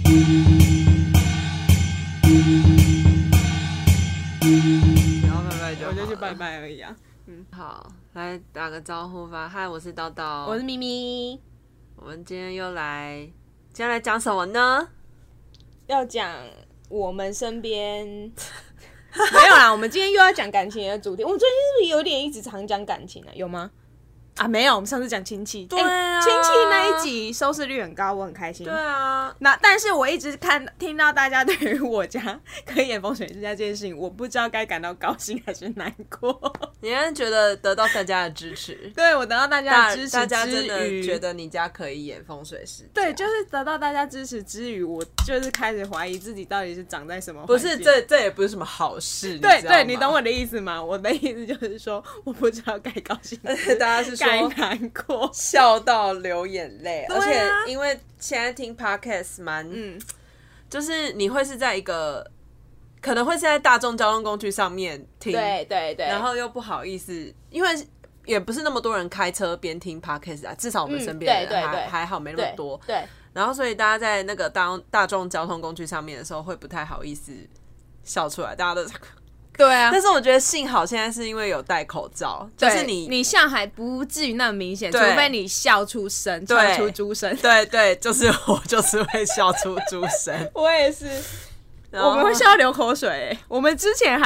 然后拜拜就好了， 我就去拜拜而已啊。 好，来打个招呼吧。嗨，我是叨叨， 我是咪咪。 我们今天今天来讲什么呢？ 要讲我们身边没有啦，我们今天又要讲感情的主题。我们最近是不是有点一直常讲感情啊？有吗？啊，没有，我们上次讲亲戚， 对啊， 亲戚那一集收视率很高，我很开心。 对啊， 但是我一直听到大家对于我家可以演风水师家这件事情，我不知道该感到高兴还是难过。 你还觉得得到大家的支持？ 对，我得到大家的支持大家真的之余觉得你家可以演风水师， 对，就是得到大家支持之余，我就是开始怀疑自己到底是长在什么环不境。 是这也不是什么好事， 对对， 你你懂我的意思吗？我的意思就是说，我不知道该高兴， 大家是说该难过。 笑到流眼泪， 对啊而且因为现在听 podcast 就是你会是在一个可能会是在大众交通工具上面听， 对对对， 然后又不好意思，因为也不是那么多人开车边听 podcast 啊，至少我们身边的人还好没那么多， 对， 然后所以大家在那个大众交通工具上面的时候会不太好意思笑出来，大家都对啊。 但是我觉得幸好现在是因为有戴口罩，就是你笑还不至于那么明显，除对非你笑出声， 对笑出猪声。 对对，就是我就是会笑出猪声， 我也是，我们会笑到流口水欸。我们之前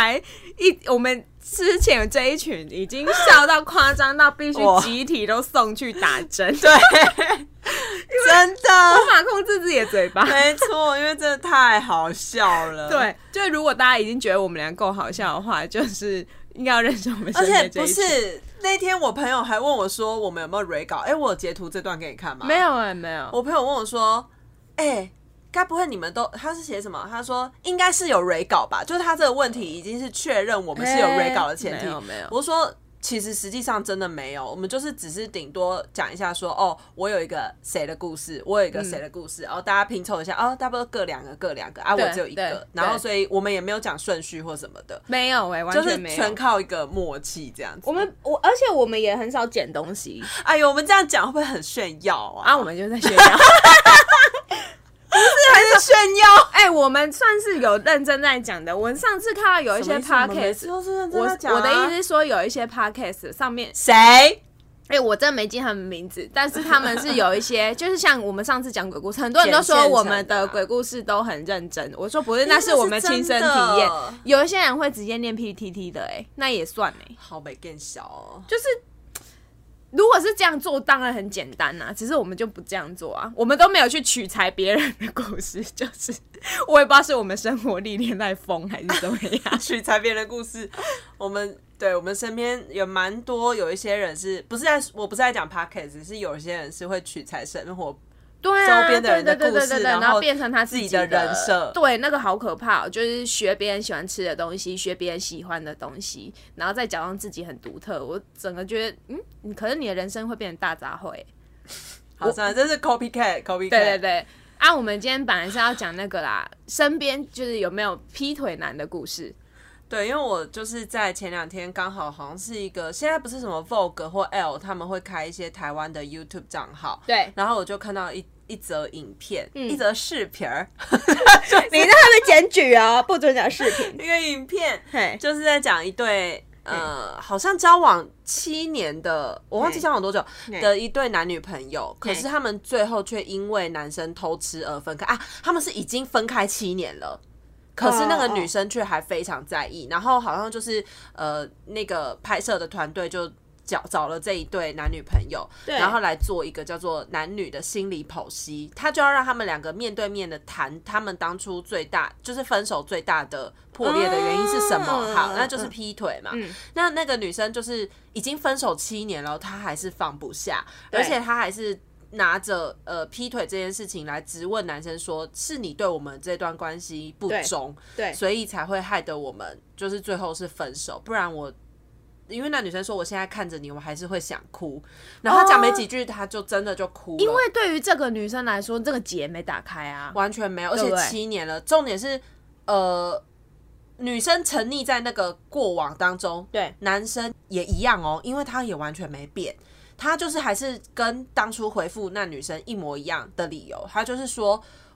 这一群已经笑到夸张到必须集体都送去打针。 对，真的无法控制自己的嘴巴。 没错，因为真的太好笑了。 对，就如果大家已经觉得我们俩够好笑的话，就是应该要认识我们身边这一群。 而且不是那天我朋友还问我说我们有没有 re 稿？我有截图这段给你看吗？ 没有没有。 我朋友问我说，该不会你们都他是写什么？他说应该是有 re 稿吧，就是他这个问题已经是确认我们是有 re 稿的前提。 没有。 我说其实实际上真的没有，我们就是只是顶多讲一下说，我有一个谁的故事，我有一个谁的故事，然后大家拼凑一下，大不多各两个啊，我只有一个，然后所以我们也没有讲顺序或什么的， 没有完全没有， 就是全靠一个默契这样子。 而且我们也很少剪东西。 哎呦，我们这样讲会不会很炫耀啊？ 啊，我们就在炫耀。 不是还是炫耀？ 我们算是有认真在讲的。我上次看到有一些 podcast，我的意思是说，有一些 podcast 上面谁？ 我真的没记他们名字，但是他们是有一些，就是像我们上次讲鬼故事，很多人都说我们的鬼故事都很认真。我说不是，那是我们亲身体验。有一些人会直接念 PTT 的，那也算好没更小哦， 就是。如果是这样做，当然很简单啊，只是我们就不这样做啊，我们都没有去取材别人的故事，就是我也不知道是我们生活历练在疯还是怎么样。 取材别人的故事，我们身边有蛮多，有一些人我不是在讲 podcast， 是有一些人是会取材生活。 对啊， 周边的人的故事， 然后变成他自己的人设。 对，那个好可怕就是学别人喜欢吃的东西，学别人喜欢的东西，然后再假装自己很独特。我整个觉得，可是你的人生会变成大杂烩。 好，算了，这是 copycat。 对。我们今天本来是要讲那个啦，身边就是有没有劈腿男的故事。 对，因为我就是在前2天刚好像是一个，现在不是什么 Vogue 或 L 他们会开一些台湾的 YouTube 账号， 对， 然后我就看到一则影片，一则视频儿， 你让他们检举哦，不准讲视频。 一个影片，就是在讲一对好像交往7年的，我忘记交往多久的一对男女朋友，可是他们最后却因为男生偷吃而分开啊，他们是已经分开7年了。可是那个女生却还非常在意，然后好像就是那个拍摄的团队就找了这一对男女朋友，然后来做一个叫做男女的心理剖析，他就要让他们两个面对面的谈他们当初最大就是分手最大的破裂的原因是什么。好，那就是劈腿嘛。那个女生就是已经分手7年了，她还是放不下，而且她还是拿着劈腿这件事情来质问男生说，是你对我们这段关系不忠，对，所以才会害得我们就是最后是分手，不然因为那女生说我现在看着你我还是会想哭，然后她讲没几句她就真的就哭了。 因为对于这个女生来说，这个结没打开啊， 完全没有，而且7年了，重点是女生沉溺在那个过往当中，对，男生也一样哦，因为他也完全没变，他就是还是跟当初回复那女生一模一样的理由，他就是说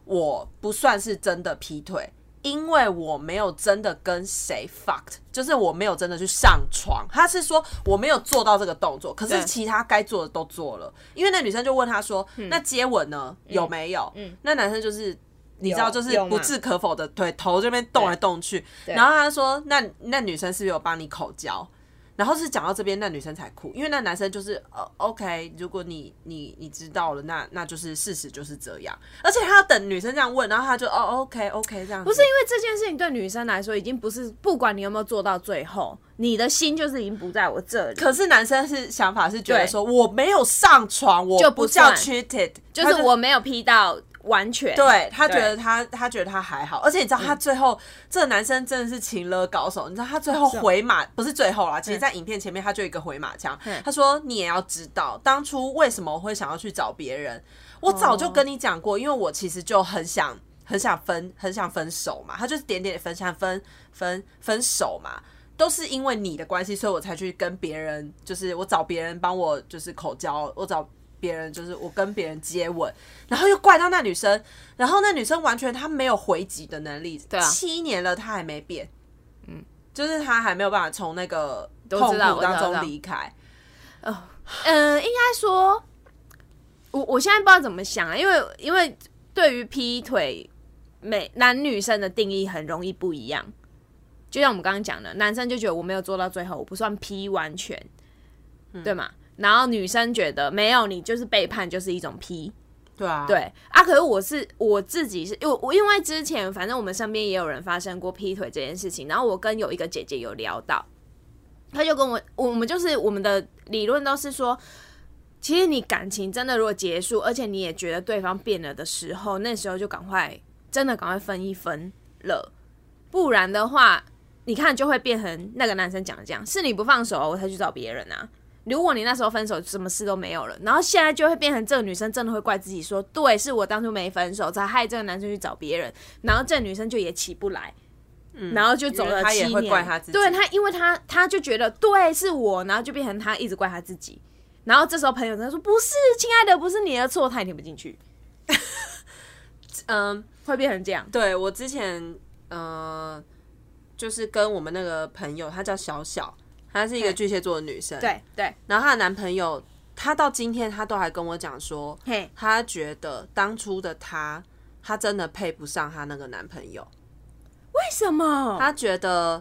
我不算是真的劈腿，因为我没有真的跟谁 fucked， 就是我没有真的去上床。他是说我没有做到这个动作，可是其他该做的都做了。因为那女生就问他说：“那接吻呢？有没有？”那男生就是你知道，就是不置可否的，对，头这边动来动去。然后他说：“那女生是不是有帮你口交？”然后是讲到这边，那女生才哭，因为那男生就是OK， 如果你知道了，那就是事实就是这样。而且他要等女生这样问，然后他就OK 这样子。 不是因为这件事情对女生来说已经不是不管你有没有做到最后，你的心就是已经不在我这里。 可是男生是想法是觉得说我没有上床，我不叫 cheated， 就是我没有劈到。完全对他觉得他觉得他还好，而且你知道他最后这个男生真的是情勒高手，你知道他最后回马不是最后啦，其实在影片前面他就有一个回马枪，他说你也要知道当初为什么我会想要去找别人，我早就跟你讲过，因为我其实就很想分手嘛，他就是点分手嘛，都是因为你的关系，所以我才去跟别人，就是我找别人帮我就是口交，我找别人就是我跟别人接吻，然后又怪到那女生，然后那女生完全她没有回击的能力， 对啊 ，7年了她还没变，就是她还没有办法从那个痛苦当中离开。 应该说，我现在不知道怎么想啊，因为对于劈腿，男女生的定义很容易不一样。就像我们刚刚讲的，男生就觉得我没有做到最后，我不算劈完全，对吗？然后女生觉得没有，你就是背叛，就是一种劈。 对啊， 对啊。可是我自己是因为之前反正我们身边也有人发生过劈腿这件事情，然后我跟有一个姐姐有聊到，她就跟我们就是我们的理论都是说，其实你感情真的如果结束，而且你也觉得对方变了的时候，那时候就赶快分一分了，不然的话，你看就会变成那个男生讲的这样，是你不放手我才去找别人啊。如果你那时候分手，什么事都没有了，然后现在就会变成这个女生真的会怪自己说，对，是我当初没分手才害这个男生去找别人，然后这个女生就也起不来，然后就走了7年。 他也会怪他自己， 对，他因为他就觉得对是我，然后就变成他一直怪他自己，然后这时候朋友在说不是，亲爱的，不是你的错，他也听不进去，会变成这样。 对，我之前就是跟我们那个朋友，她叫小小。她是一个巨蟹座的女生， 对， 然后她的男朋友，她到今天她都还跟我讲说，她觉得当初的她真的配不上她那个男朋友。 为什么？ 她觉得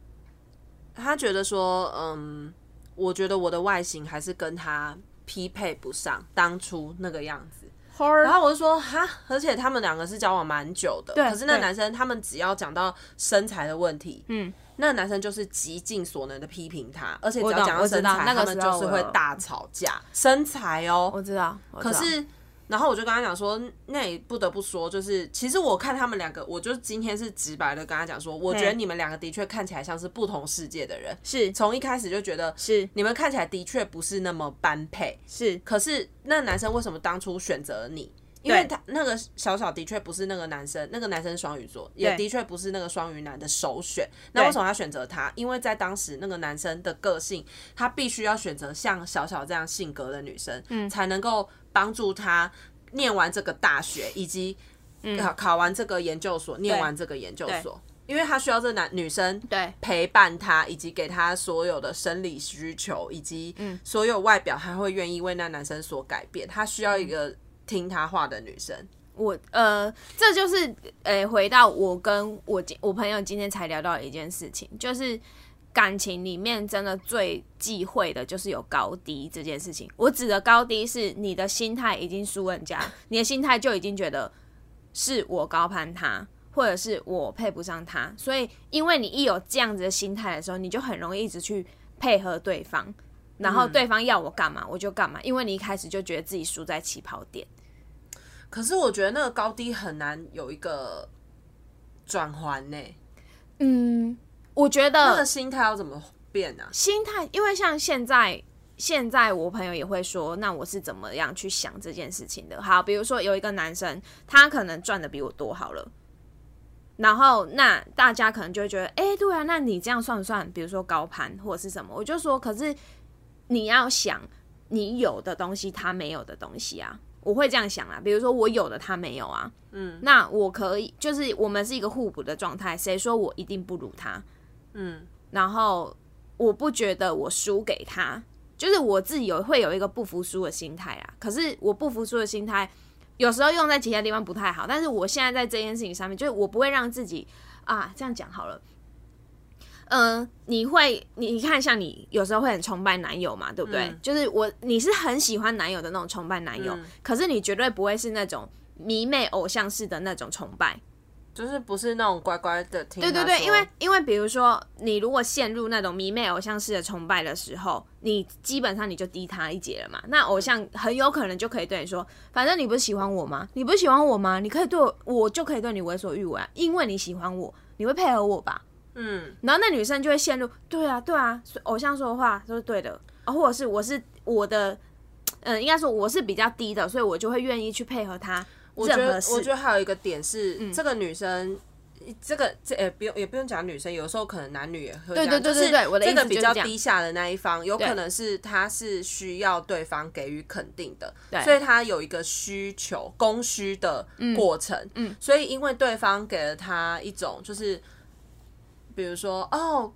说，我觉得我的外形还是跟他匹配不上当初那个样子。然后我就说哈，而且他们两个是交往蛮久的，可是那男生他们只要讲到身材的问题，那个男生就是极尽所能的批评他，而且只要讲到身材，他们就是会大吵架。身材哦， 我知道。 可是，然后我就跟他讲说，那也不得不说，就是其实我看他们两个，我就今天是直白的跟他讲说，我觉得你们两个的确看起来像是不同世界的人， 是从一开始就觉得是你们看起来的确不是那么般配， 是。 可是那男生为什么当初选择了你？因为他那个小小的确不是那个男生双鱼座，也的确不是那个双鱼男的首选。那为什么他选择他？因为在当时那个男生的个性，他必须要选择像小小这样性格的女生，才能够帮助他念完这个大学，以及考完这个研究所，念完这个研究所。因为他需要这个女生陪伴他，以及给他所有的生理需求，以及所有外表，他会愿意为那男生所改变。他需要一个听他话的女生。 这就是回到我跟我朋友今天才聊到的一件事情，就是感情里面真的最忌讳的就是有高低这件事情。我指的高低是你的心态已经输人家，你的心态就已经觉得是我高攀他，或者是我配不上他，所以因为你一有这样子的心态的时候，你就很容易一直去配合对方，然后对方要我干嘛我就干嘛，因为你一开始就觉得自己输在起跑点。 可是我觉得那个高低很难有一个转换呢。 我觉得那个心态要怎么变啊？ 心态，因为像现在我朋友也会说，那我是怎么样去想这件事情的？好，比如说有一个男生，他可能赚的比我多好了，然后那大家可能就会觉得，对啊，那你这样算不算？比如说高攀或者是什么？我就说，可是你要想，你有的东西他没有的东西啊。 我会这样想啊，比如说我有的他没有啊，那我可以就是我们是一个互补的状态，谁说我一定不如他？然后我不觉得我输给他，就是我自己会有一个不服输的心态啊。可是我不服输的心态有时候用在其他地方不太好，但是我现在在这件事情上面，就是我不会让自己这样讲好了。你看，像你有时候会很崇拜男友嘛，对不对？就是你是很喜欢男友的那种崇拜男友，可是你绝对不会是那种迷妹偶像式的那种崇拜。 就是不是那种乖乖的听他说。 对，因为比如说你如果陷入那种迷妹偶像式的崇拜的时候，你基本上你就低他一截了嘛。那偶像很有可能就可以对你说，反正你不是喜欢我吗？你不是喜欢我吗？你可以对我就可以对你为所欲为啊，因为你喜欢我，你会配合我吧？然后那女生就会陷入，对啊，偶像说的话都是对的，或者是我的，应该说我是比较低的，所以我就会愿意去配合他。我觉得还有一个点是，这个女生，也不用讲女生，有时候可能男女也会这样。 对，我的意思就是这样。 这个比较低下的那一方，有可能是他是需要对方给予肯定的，所以他有一个需求供需的过程。所以因为对方给了他一种就是，比如说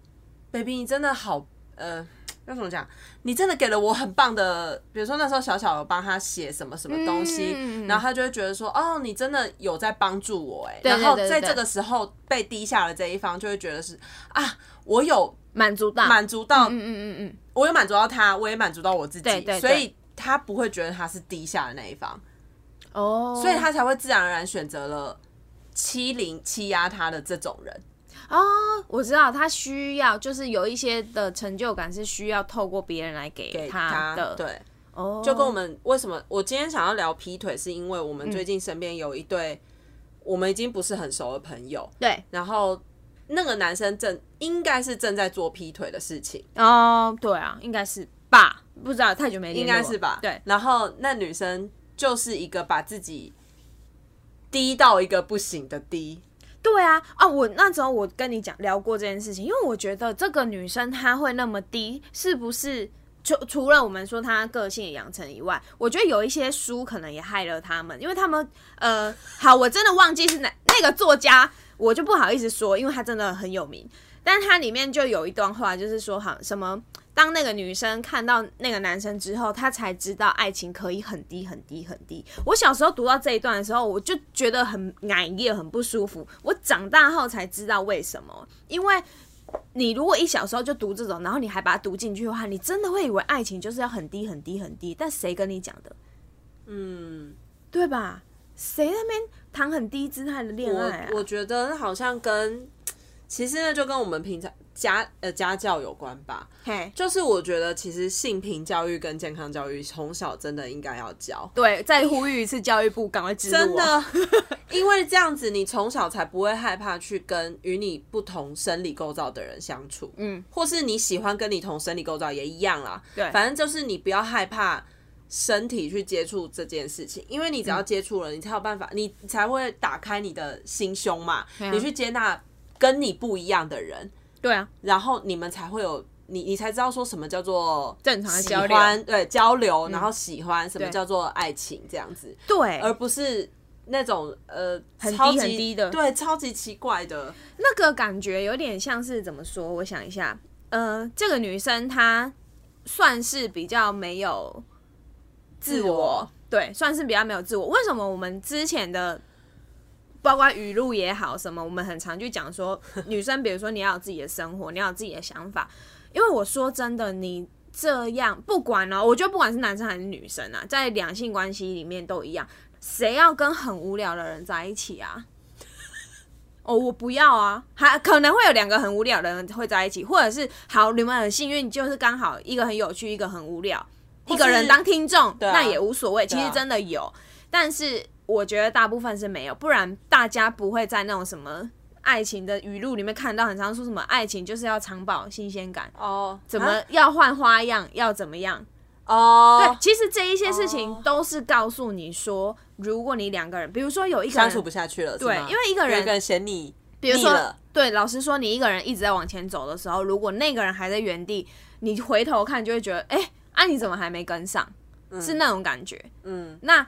baby 你真的好要怎么讲？你真的给了我很棒的，比如说那时候小小有帮他写什么什么东西，然后他就会觉得说，你真的有在帮助我然后在这个时候被低下的这一方就会觉得是我有满足到，我有满足到他，我也满足到我自己，所以他不会觉得他是低下的那一方，所以他才会自然而然选择了欺压他的这种人。 我知道他需要，就是有一些的成就感是需要透过别人来给他的。 对，就跟我们为什么我今天想要聊劈腿，是因为我们最近身边有一对我们已经不是很熟的朋友， 对， 然后那个男生应该是正在做劈腿的事情。 对啊，应该是吧，不知道太久没联络， 应该是吧？ 对， 然后那女生就是一个把自己低到一个不行的低。 对啊，我那时候我跟你聊过这件事情，因为我觉得这个女生她会那么低，是不是除了我们说她个性的养成以外，我觉得有一些书可能也害了他们，因为他们好，我真的忘记是那个作家，我就不好意思说，因为他真的很有名，但是他里面就有一段话，就是说什么。当那个女生看到那个男生之后，她才知道爱情可以很低很低很低。我小时候读到这一段的时候，我就觉得很难也很不舒服。我长大后才知道为什么，因为你如果一小时候就读这种，然后你还把它读进去的话，你真的会以为爱情就是要很低很低很低。但谁跟你讲的？对吧？谁在那边谈很低姿态的恋爱我觉得好像其实呢就跟我们平常家教有关吧。就是我觉得其实性平教育跟健康教育从小真的应该要教。 对，再呼吁一次，教育部赶快支持我。 真的，因为这样子你从小才不会害怕去跟与你不同生理构造的人相处。或是你喜欢跟你同生理构造也一样啦。 对， 反正就是你不要害怕身体去接触这件事情，因为你只要接触了，你才有办法，你才会打开你的心胸嘛，你去接纳跟你不一样的人。 对啊， 然后你们才会有你才知道说什么叫做正常的交流， 对，交流，然后喜欢什么叫做爱情这样子。 对， 而不是那种很低很低的， 对，超级奇怪的那个感觉，有点像是怎么说？我想一下，这个女生她算是比较没有自我，对，算是比较没有自我。为什么我们之前的包括语录也好什么，我们很常去讲说女生比如说你要有自己的生活，你要有自己的想法。因为我说真的，你这样不管我觉得不管是男生还是女生啊，在两性关系里面都一样，谁要跟很无聊的人在一起啊？我不要啊，还可能会有2个很无聊的人会在一起，或者是好，你们很幸运，就是刚好一个很有趣，一个很无聊，一个人当听众，那也无所谓。其实真的有，但是我觉得大部分是没有，不然大家不会在那种什么爱情的语录里面看到很常说什么爱情就是要常保新鲜感怎么要换花样，要怎么样对，其实这一些事情都是告诉你说，如果你2个人，比如说有一个人相处不下去了， 对，因为一个人嫌你比如说对，老实说，你一个人一直在往前走的时候，如果那个人还在原地，你回头看就会觉得，你怎么还没跟上？是那种感觉。那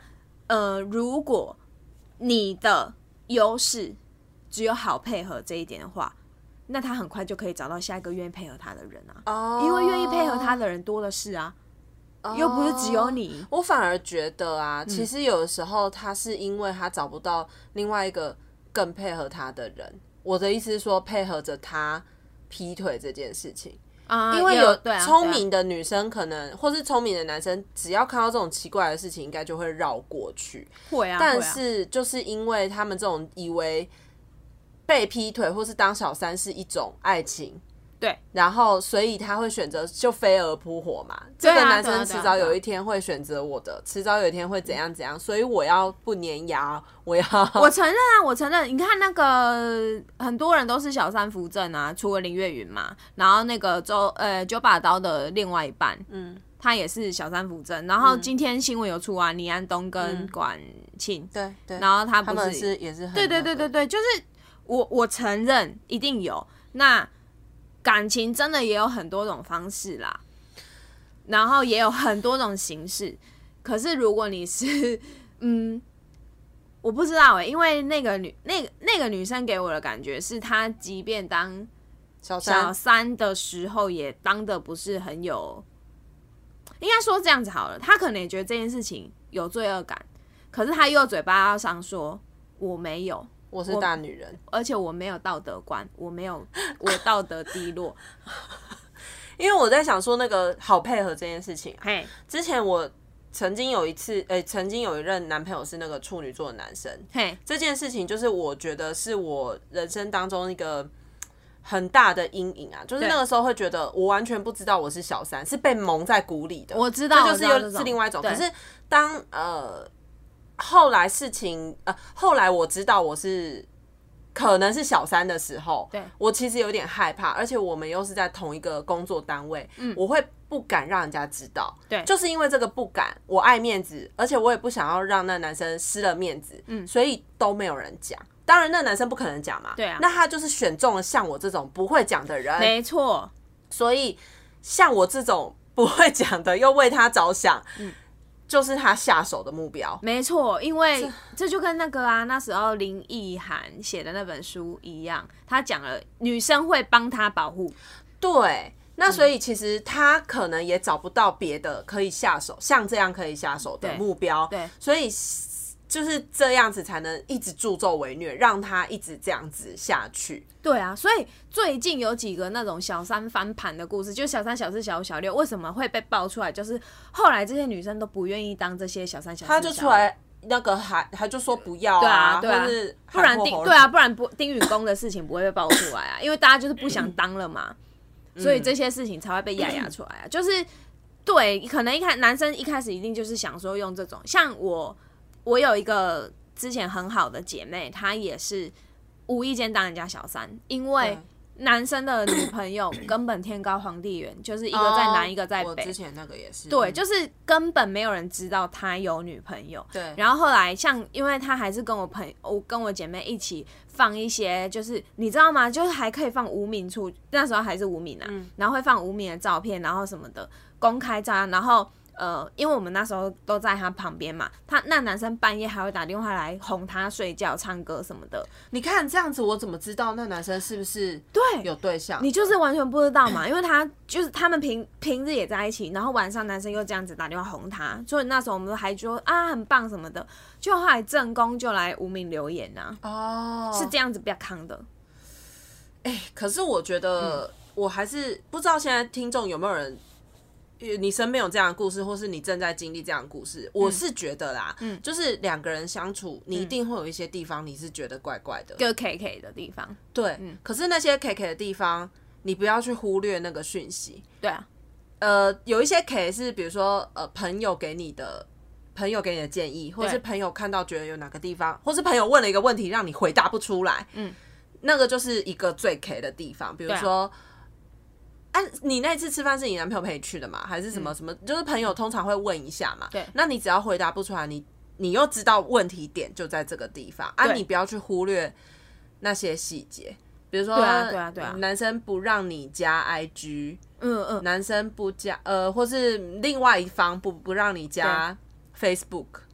如果你的优势只有好配合这一点的话，那他很快就可以找到下一个愿意配合他的人啊。因为愿意配合他的人多的是啊。又不是只有你。 我反而觉得啊，其实有的时候他是因为他找不到另外一个更配合他的人。我的意思是说，配合着他劈腿这件事情。因为有聪明的女生可能，或是聪明的男生，只要看到这种奇怪的事情，应该就会绕过去。 会啊， 但是就是因为他们这种以为被劈腿或是当小三是一种爱情。 对， 然后所以他会选择就飞蛾扑火嘛。这个男生迟早有一天会选择我的，迟早有一天会怎样怎样，所以我要不粘牙，我承认啊，我承认。你看那个很多人都是小三扶正啊，除了林月云嘛，然后那个九把刀的另外一半，他也是小三扶正。然后今天新闻有出啊，倪安东跟管庆， 对， 然后他们也是很对，就是我承认一定有那。感情真的也有很多种方式啦，然后也有很多种形式。可是如果你是，我不知道因为那个女生给我的感觉是，她即便当小三的时候，也当的不是很有，应该说这样子好了，她可能也觉得这件事情有罪恶感，可是她又嘴巴上说我没有。 我是大女人， 而且我没有道德观，我道德低落。 因为我在想说那个好配合这件事情之前我曾经有一任男朋友是那个处女座的男生，这件事情就是我觉得是我人生当中一个很大的阴影啊，就是那个时候会觉得我完全不知道我是小三，是被蒙在鼓里的。 我知道， 这就是另外一种。可是当后来后来我知道我是可能是小三的时候，我其实有点害怕，而且我们又是在同一个工作单位，我会不敢让人家知道，就是因为这个不敢，我爱面子，而且我也不想要让那男生失了面子，所以都没有人讲。当然那男生不可能讲嘛，那他就是选中了像我这种不会讲的人， 没错。 所以像我这种不会讲的又为他着想，就是他下手的目标。 没错，因为这就跟那个那时候林奕含写的那本书一样，他讲了女生会帮他保护。 对，那所以其实他可能也找不到别的可以下手，像这样可以下手的目标。 对， 所以就是这样子才能一直助纣为虐，让他一直这样子下去。 对啊，所以最近有几个那种小三翻盘的故事，就小三、小四、小五、小六，为什么会被爆出来？就是后来这些女生都不愿意当这些小三、小四、小六， 他就出来那个他就说不要啊， 或是不然丁允恭的事情不会被爆出来啊，因为大家就是不想当了嘛，所以这些事情才会被压出来啊。就是对，可能男生一开始一定就是想说用这种，像我有一个之前很好的姐妹，她也是无意间当人家小三，因为男生的女朋友根本天高皇帝远，就是一个在南一个在北。 我之前那个也是， 对，就是根本没有人知道他有女朋友。 对， 然后后来因为他还是跟我姐妹一起放一些，就是你知道吗？就是还可以放无名处，那时候还是无名啊，然后会放无名的照片，然后什么的公开照，然后。因为我们那时候都在他旁边嘛，那男生半夜还会打电话来哄他睡觉、唱歌什么的。 你看这样子，我怎么知道那男生是不是有对象？ 你就是完全不知道嘛，因为他们平日也在一起，然后晚上男生又这样子打电话哄他，所以那时候我们还说很棒什么的，就后来正宫就来无名留言是这样子比较康的。 可是我觉得我还是不知道现在听众有没有人。你身边有这样的故事，或是你正在经历这样的故事，我是觉得啦，就是两个人相处，你一定会有一些地方你是觉得怪怪的， 就 KK 的地方。 对，可是那些 KK 的地方，你不要去忽略那个讯息。 对啊， 有一些 K 是比如说朋友给你的建议，或是朋友看到觉得有哪个地方，或是朋友问了一个问题让你回答不出来，那个就是一个最 K 的地方，比如说。你那次吃饭是你男朋友陪你去的吗？还是什么什么？就是朋友通常会问一下嘛。 对， 那你只要回答不出来，你又知道问题点就在这个地方你不要去忽略那些细节，比如说男生不让你加 IG，男生不加或是另外一方不让你加 Facebook。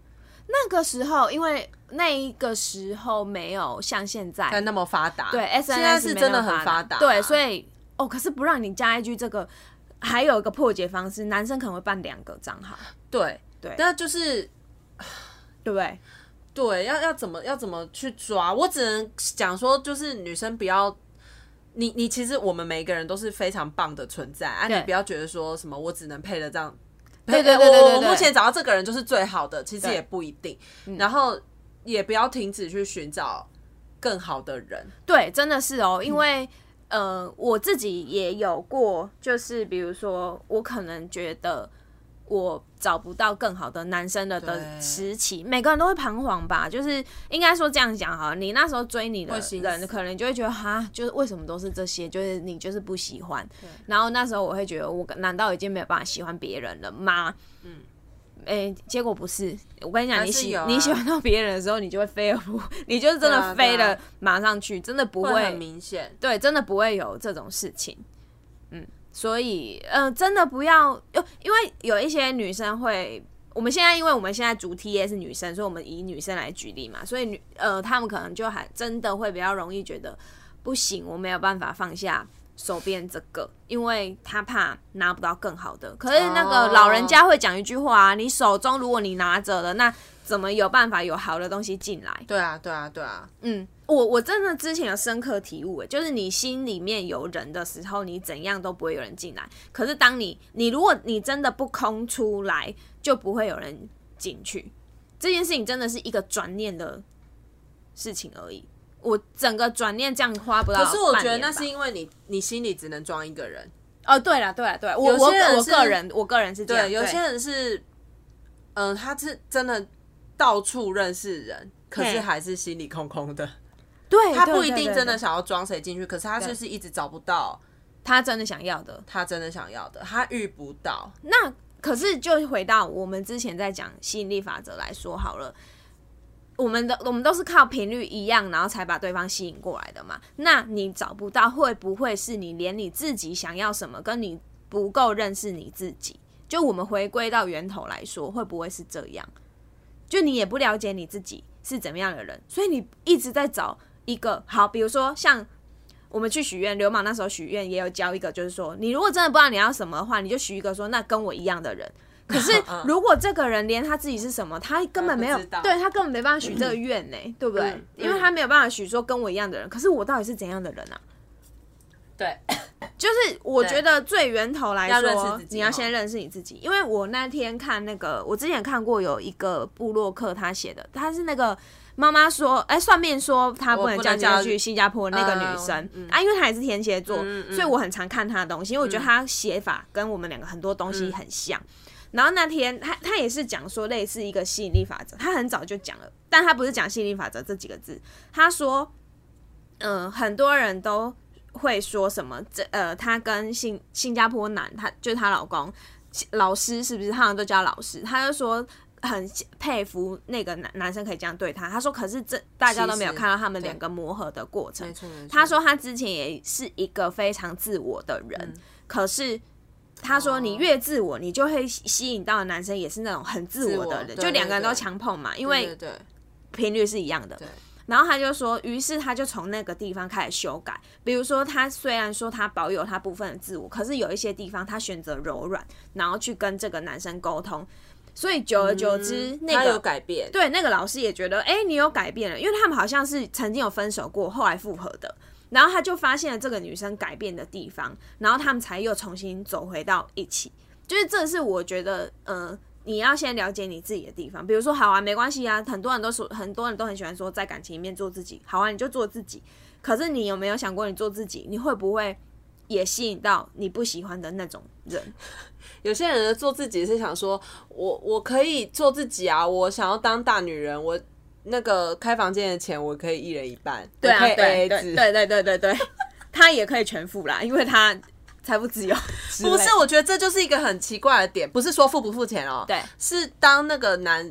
那个时候，因为那一个时候没有像现在那么发达， 对 SNS 现在是真的很发达， 对，所以可是不让你加 IG 这个，还有一个破解方式，男生可能会办2个账号， 对，那就是对不对？ 对，要怎么去抓？我只能讲说，就是女生不要。你其实我们每一个人都是非常棒的存在啊！你不要觉得说什么我只能配了这样， 对， 我目前找到这个人就是最好的，其实也不一定。然后也不要停止去寻找更好的人。 对，真的是因为我自己也有过，就是比如说我可能觉得我找不到更好的男生的时期，每个人都会彷徨吧，就是应该说这样讲好了，你那时候追你的人可能就会觉得哈，就是为什么都是这些，就是你就是不喜欢，然后那时候我会觉得我难道已经没有办法喜欢别人了吗？结果不是，我跟你讲，你喜欢到别人的时候，你就会飞而不，你就是真的飞了马上去，真的不会很明显， 对，真的不会有这种事情，所以真的不要，因为有一些女生会，因为我们现在主 TA 是女生，所以我们以女生来举例嘛，所以她们可能就还真的会比较容易觉得不行，我没有办法放下手边这个，因为她怕拿不到更好的。可是那个老人家会讲一句话啊，你手中如果你拿着了，那怎么有办法有好的东西进来？ 对啊。 我真的之前有深刻体悟，就是你心里面有人的时候，你怎样都不会有人进来。可是当你如果你真的不空出来，就不会有人进去。这件事情真的是一个转念的事情而已。我整个转念这样花不到半年吧。 可是我觉得那是因为你心里只能装一个人。 对了，我个人是这样。 对，有些人是，他是真的到处认识人，可是还是心里空空的。 对， 他不一定真的想要装谁进去，可是他就是一直找不到他真的想要的， 他遇不到。 那可是就回到我们之前在讲吸引力法则来说好了，我们都是靠频率一样，然后才把对方吸引过来的嘛。那你找不到，会不会是你连你自己想要什么，跟你不够认识你自己？就我们回归到源头来说，会不会是这样？就你也不了解你自己是怎么样的人，所以你一直在找一个好，比如说像我们去许愿，流氓那时候许愿也有教一个，就是说你如果真的不知道你要什么的话，你就许一个说那跟我一样的人。可是如果这个人连他自己是什么，他根本没有，对，他根本没办法许这个愿呢，对不对？因为他没有办法许说跟我一样的人。可是我到底是怎样的人啊？ 对， 就是我觉得最源头来说，你要先认识你自己。因为我那天看那个，我之前看过有一个部落客他写的，他是那个妈妈说，算命说她不能嫁去新加坡那个女生因为她也是天蝎座，所以我很常看她的东西，因为我觉得她写法跟我们两个很多东西很像。然后那天他也是讲说类似一个吸引力法则，他很早就讲了，但他不是讲吸引力法则这几个字，他说，很多人都会说什么，他跟新加坡男，他就是她老公老师，是不是？他好像都叫老师，他就说很佩服那个男生可以这样对他。他说，可是大家都没有看到他们两个磨合的过程。他说他之前也是一个非常自我的人，可是。他说：“你越自我，你就会吸引到的男生也是那种很自我的人，就两个人都强碰嘛，因为频率是一样的。然后他就说，于是他就从那个地方开始修改，比如说他虽然说他保有他部分的自我，可是有一些地方他选择柔软，然后去跟这个男生沟通。所以久而久之，那个他有改变， 对那个老师也觉得，你有改变了，因为他们好像是曾经有分手过，后来复合的。”然后他就发现了这个女生改变的地方，然后他们才又重新走回到一起。就是这是我觉得，你要先了解你自己的地方。比如说，好啊，没关系啊，很多人都很喜欢说在感情里面做自己。好啊，你就做自己。可是你有没有想过，你做自己，你会不会也吸引到你不喜欢的那种人？ 有些人的做自己是想说，我可以做自己啊，我想要当大女人，我。那个开房间的钱我可以一人一半， 对啊， 可以 AA 制， 对，他也可以全付啦，因为他财富自由。 不是，我觉得这就是一个很奇怪的点，不是说付不付钱哦， 对， 是当那个男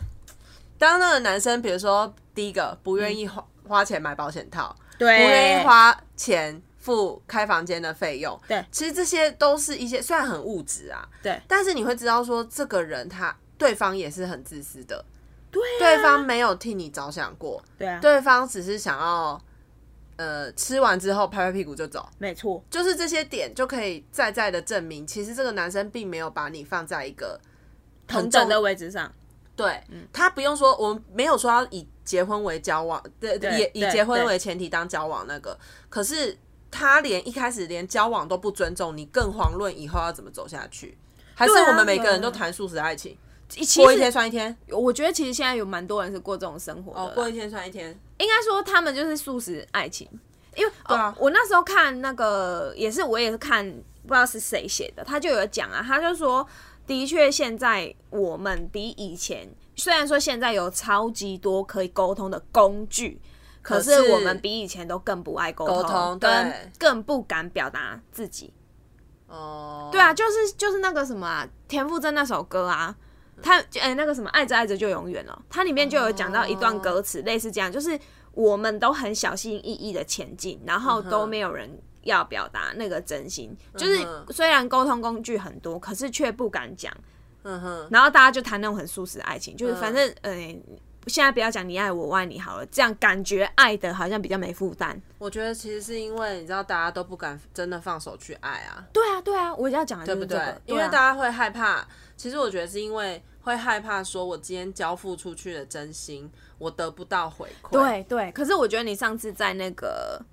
生，比如说第一个不愿意花钱买保险套， 对， 不愿意花钱付开房间的费用， 对， 其实这些都是一些虽然很物质啊， 对， 但是你会知道说这个人对方也是很自私的。 对方没有替你着想过， 对啊， 对方只是想要吃完之后拍拍屁股就走， 没错， 就是这些点就可以再再的证明，其实这个男生并没有把你放在一个同等的位置上。 对，他不用说，我们没有说要以结婚为交往，也以结婚为前提当交往那个，可是他一开始连交往都不尊重你，更遑论以后要怎么走下去。还是我们每个人都谈素食爱情，过一天算一天。 我觉得其实现在有蛮多人是过这种生活的， 过一天算一天。 应该说他们就是素食爱情，因为对啊， 我那时候看那个我也是看不知道是谁写的，他就有讲啊，他就说的确现在我们比以前，虽然说现在有超级多可以沟通的工具，可是我们比以前都更不爱沟通， 对， 更不敢表达自己。对啊，就是那个什么啊，田馥甄那首歌啊，他那个什么爱着爱着就永远了，它里面就有讲到一段歌词，类似这样，就是我们都很小心翼翼的前进，然后都没有人要表达那个真心，就是虽然沟通工具很多，可是却不敢讲。然后大家就谈那种很素食的爱情，就是反正现在不要讲你爱我我爱你好了，这样感觉爱的好像比较没负担。 我觉得其实是因为你知道大家都不敢真的放手去爱啊。 对啊，我要讲的就是这个， 对不对？因为大家会害怕，其实我觉得是因为会害怕说我今天交付出去的真心我得不到回馈。 对，可是我觉得你上次在那个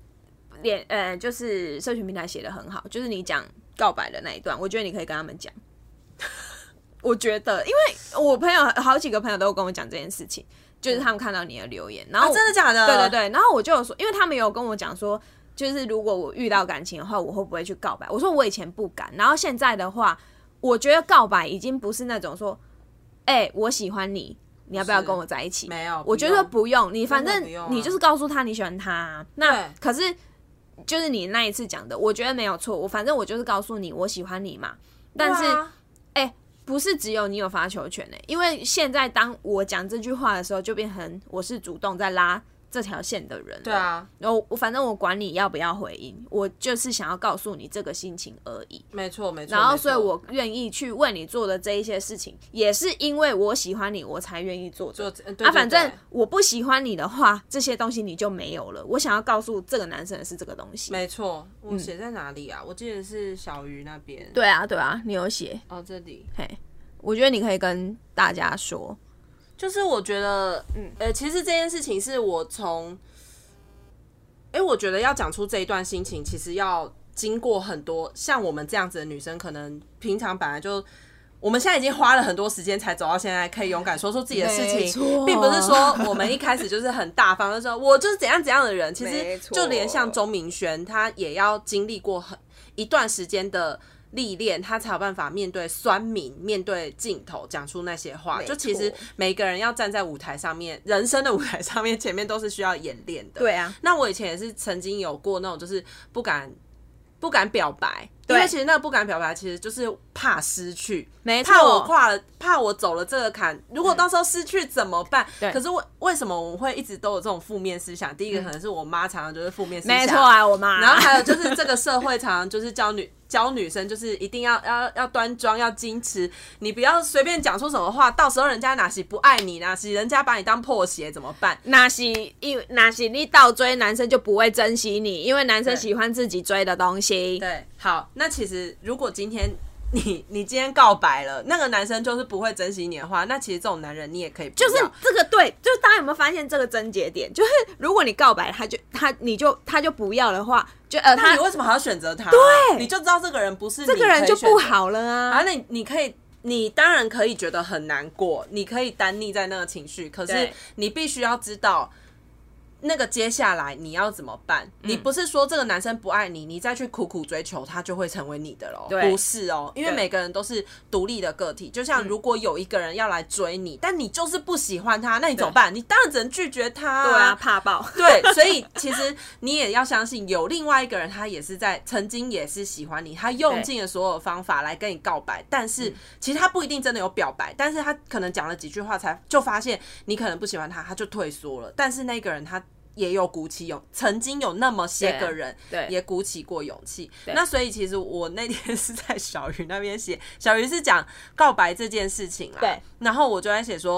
就是社群平台写的很好，就是你讲告白的那一段，我觉得你可以跟他们讲。我觉得，因为我朋友好几个朋友都跟我讲这件事情，就是他们看到你的留言，然后真的假的？ 对，然后我就有说，因为他们有跟我讲说，就是如果我遇到感情的话，我会不会去告白？我说我以前不敢，然后现在的话，我觉得告白已经不是那种说，我喜欢你，你要不要跟我在一起？ 没有， 我觉得不用，你反正你就是告诉他你喜欢他啊。那可是就是你那一次讲的，我觉得没有错，反正我就是告诉你我喜欢你嘛，但是不是只有你有发球权因为现在当我讲这句话的时候，就变成我是主动在拉这条线的人了。 对啊， 然后反正我管你要不要回应，我就是想要告诉你这个心情而已。 没错。 然后所以我愿意去为你做的这一些事情，也是因为我喜欢你，我才愿意做的。 对， 反正我不喜欢你的话，这些东西你就没有了。我想要告诉这个男生的是这个东西。 没错，我写在哪里啊？我记得是小鱼那边。 对啊，你有写这里。 我觉得你可以跟大家说， 就是我觉得，其实这件事情是我从，我觉得要讲出这一段心情，其实要经过很多像我们这样子的女生，可能平常本来就，我们现在已经花了很多时间才走到现在，可以勇敢说出自己的事情，并不是说我们一开始就是很大方的说，我就是怎样怎样的人。其实就连像钟明轩，他也要经历过一段时间的历练，他才有办法面对酸民，面对镜头讲出那些话。就其实每个人要站在舞台上面，人生的舞台上面，前面都是需要演练的。 对啊， 那我以前也是曾经有过那种就是不敢表白，因为其实那个不敢表白其实就是怕失去， 没错， 怕我走了这个坎，如果到时候失去怎么办？可是为什么我会一直都有这种负面思想？第一个可能是我妈常常就是负面思想， 没错啊，我妈。 然后还有就是这个社会常常就是教女生就是一定要端庄，要矜持，你不要随便讲出什么话，到时候人家哪是不爱你，哪是人家把你当破鞋怎么办？ 哪是你倒追男生就不会珍惜你，因为男生喜欢自己追的东西。 对，好，那其实如果今天你今天告白了，那个男生就是不会珍惜你的话，那其实这种男人你也可以不要。 就是这个对，就是大家有没有发现这个症结点？就是如果你告白他就不要的话，就那你为什么还要选择他？ 对， 你就知道这个人不是你这个人就不好了啊。 啊，你当然可以觉得很难过，你可以单溺在那个情绪，可是你必须要知道。那个接下来你要怎么办？你不是说这个男生不爱你，你再去苦苦追求他就会成为你的咯？不是哦，因为每个人都是独立的个体。就像如果有一个人要来追你，但你就是不喜欢他，那你怎么办？你当然只能拒绝他。 对啊，怕爆。 对，所以其实你也要相信，有另外一个人，他也是曾经也是喜欢你，他用尽了所有方法来跟你告白，但是其实他不一定真的有表白，但是他可能讲了几句话就发现你可能不喜欢他，他就退缩了。但是那个人他也有鼓起曾经有那么些个人也鼓起过勇气。那所以其实我那天是在小鱼那边写，小鱼是讲告白这件事情啦。对，然后我就在写说，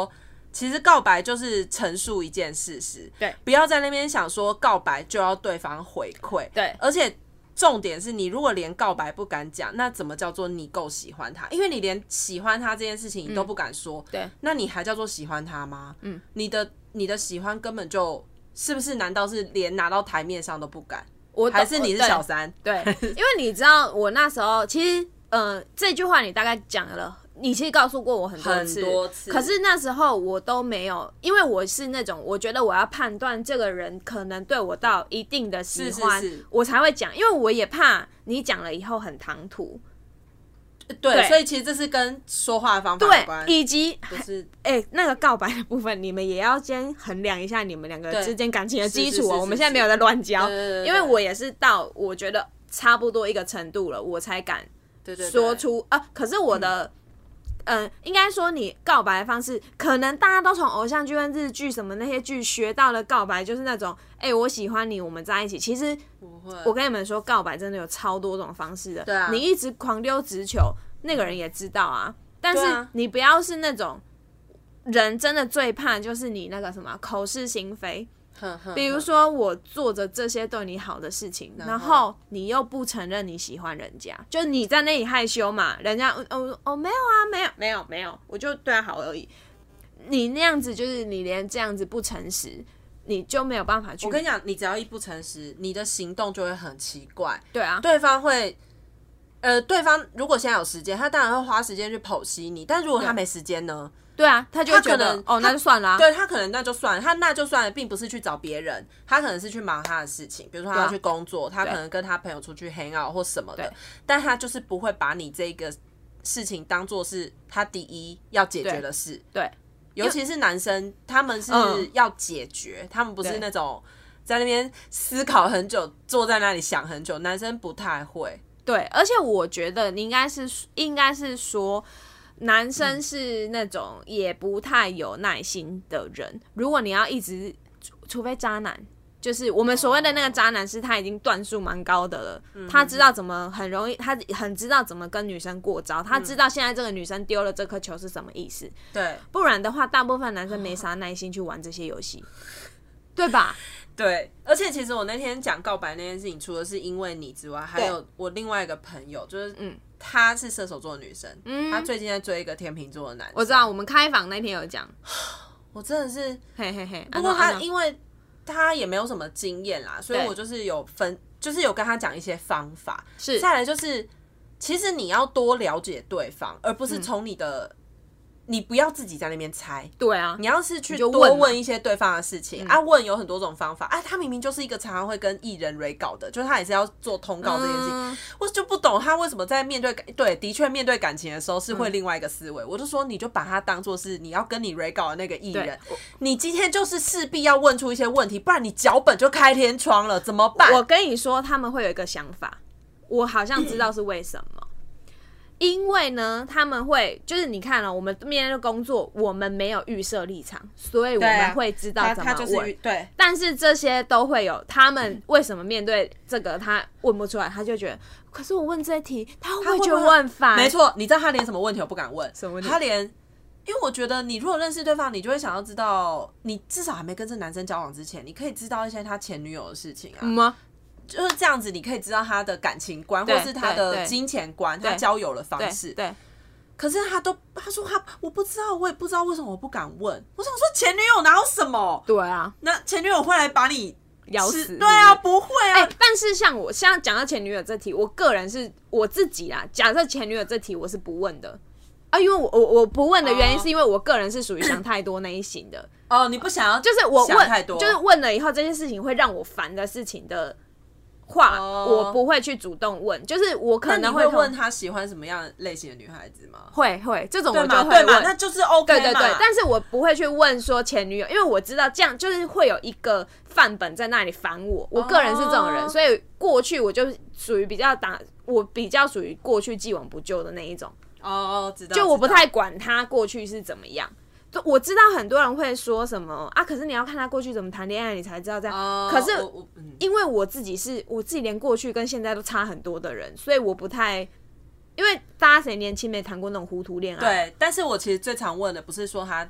其实告白就是陈述一件事实， 对， 不要在那边想说告白就要对方回馈， 对， 而且重点是你如果连告白不敢讲，那怎么叫做你够喜欢他？因为你连喜欢他这件事情你都不敢说， 对， 那你还叫做喜欢他吗？你的喜欢根本就是不是？难道是连拿到台面上都不敢？还是你是小三？ 对，因为你知道我那时候其实这句话你大概讲了。你其实告诉过我很多次，可是那时候我都没有，因为我是那种我觉得我要判断这个人可能对我到一定的喜欢， 是我才会讲，因为我也怕你讲了以后很唐突。 对，所以其实这是跟说话的方法有关， 以及不是那个告白的部分，你们也要先衡量一下你们两个之间感情的基础哦。我们现在没有在乱教，因为我也是到我觉得差不多一个程度了，我才敢说出可是我的。应该说你告白的方式，可能大家都从偶像剧跟日剧什么那些剧学到了告白，就是那种我喜欢你，我们在一起。其实我跟你们说，告白真的有超多种方式的。 对啊， 你一直狂丢直球，那个人也知道啊。但是你不要是那种人，真的最怕就是你那个什么口是心非。比如说我做着这些对你好的事情，然后你又不承认你喜欢人家，就你在那里害羞嘛，人家没有啊，没有，我就对他好而已。你那样子就是你连这样子不诚实，你就没有办法去。 我跟你讲，你只要一不诚实，你的行动就会很奇怪。 对啊， 对方会对方如果现在有时间，他当然会花时间去剖析你，但如果他没时间呢？ 对啊，他就会觉得那就算了对，他可能那就算了，他那就算了，并不是去找别人，他可能是去忙他的事情，比如说他要去工作，他可能跟他朋友出去 hang out 或什么的，但他就是不会把你这个事情当作是他第一要解决的事。 对， 尤其是男生，他们是要解决，他们不是那种在那边思考很久，坐在那里想很久，男生不太会。 对，而且我觉得你应该是说。男生是那种也不太有耐心的人，如果你要一直，除非渣男，就是我们所谓的那个渣男，是他已经段数蛮高的了，他知道怎么很容易，他很知道怎么跟女生过招，他知道现在这个女生丢了这颗球是什么意思。 对， 不然的话，大部分男生没啥耐心去玩这些游戏，对吧？ 对，而且其实我那天讲告白那件事情，除了是因为你之外，还有我另外一个朋友，就是她是射手座的女生，她最近在追一个天秤座的男生。 我知道，我们开房那天有讲， 我真的是， 嘿嘿嘿。 不过她因为她也没有什么经验啦，所以我就是就是有跟她讲一些方法。 是， 再来就是，其实你要多了解对方，而不是从你的。你不要自己在那边猜， 对啊， 你要是去多问一些对方的事情问有很多种方法他明明就是一个常常会跟艺人蕊稿的，就是他也是要做通告这件事情，我就不懂他为什么在面对的确面对感情的时候是会另外一个思维，我就说你就把他当作是你要跟你蕊稿的那个艺人，你今天就是势必要问出一些问题，不然你脚本就开天窗了，怎么办？ 我跟你说他们会有一个想法，我好像知道是为什么。因为呢，他们会就是你看了，我们面对的工作，我们没有预设立场，所以我们会知道怎么问。 对， 但是这些都会有，他们为什么面对这个他问不出来，他就觉得，可是我问这一题，他会不会觉得我很烦？ 没错，你知道他连什么问题我不敢问？ 什么问题？ 他连，因为我觉得你如果认识对方，你就会想要知道，你至少还没跟这男生交往之前，你可以知道一些他前女友的事情啊。就是这样子，你可以知道他的感情观，或是他的金钱观，他交友的方式。 对。 可是他说我不知道，我也不知道为什么我不敢问。我想说前女友哪有什么？ 对啊， 那前女友会来把你咬死？ 对啊，不会啊。 但是像我现在讲到前女友这题，我个人是我自己啦。假设前女友这题我是不问的因为我不问的原因是因为我个人是属于想太多那一型的。 你不想要， 就是我想太多， 就是问了以后这件事情会让我烦的事情的。我不会去主动问，就是我可能会问他喜欢什么样类型的女孩子吗？ 会，这种我就会问， 那就是 OK 嘛。 对，但是我不会去问说前女友，因为我知道这样就是会有一个范本在那里烦我。我个人是这种人，所以过去我就属于我比较属于过去既往不咎的那一种。 知道。 就我不太管他过去是怎么样。我知道很多人会说什么可是你要看他过去怎么谈恋爱，你才知道这样。可是因为我自己连过去跟现在都差很多的人，所以我不太，因为大家谁年轻没谈过那种糊涂恋爱？ 对，但是我其实最常问的不是说他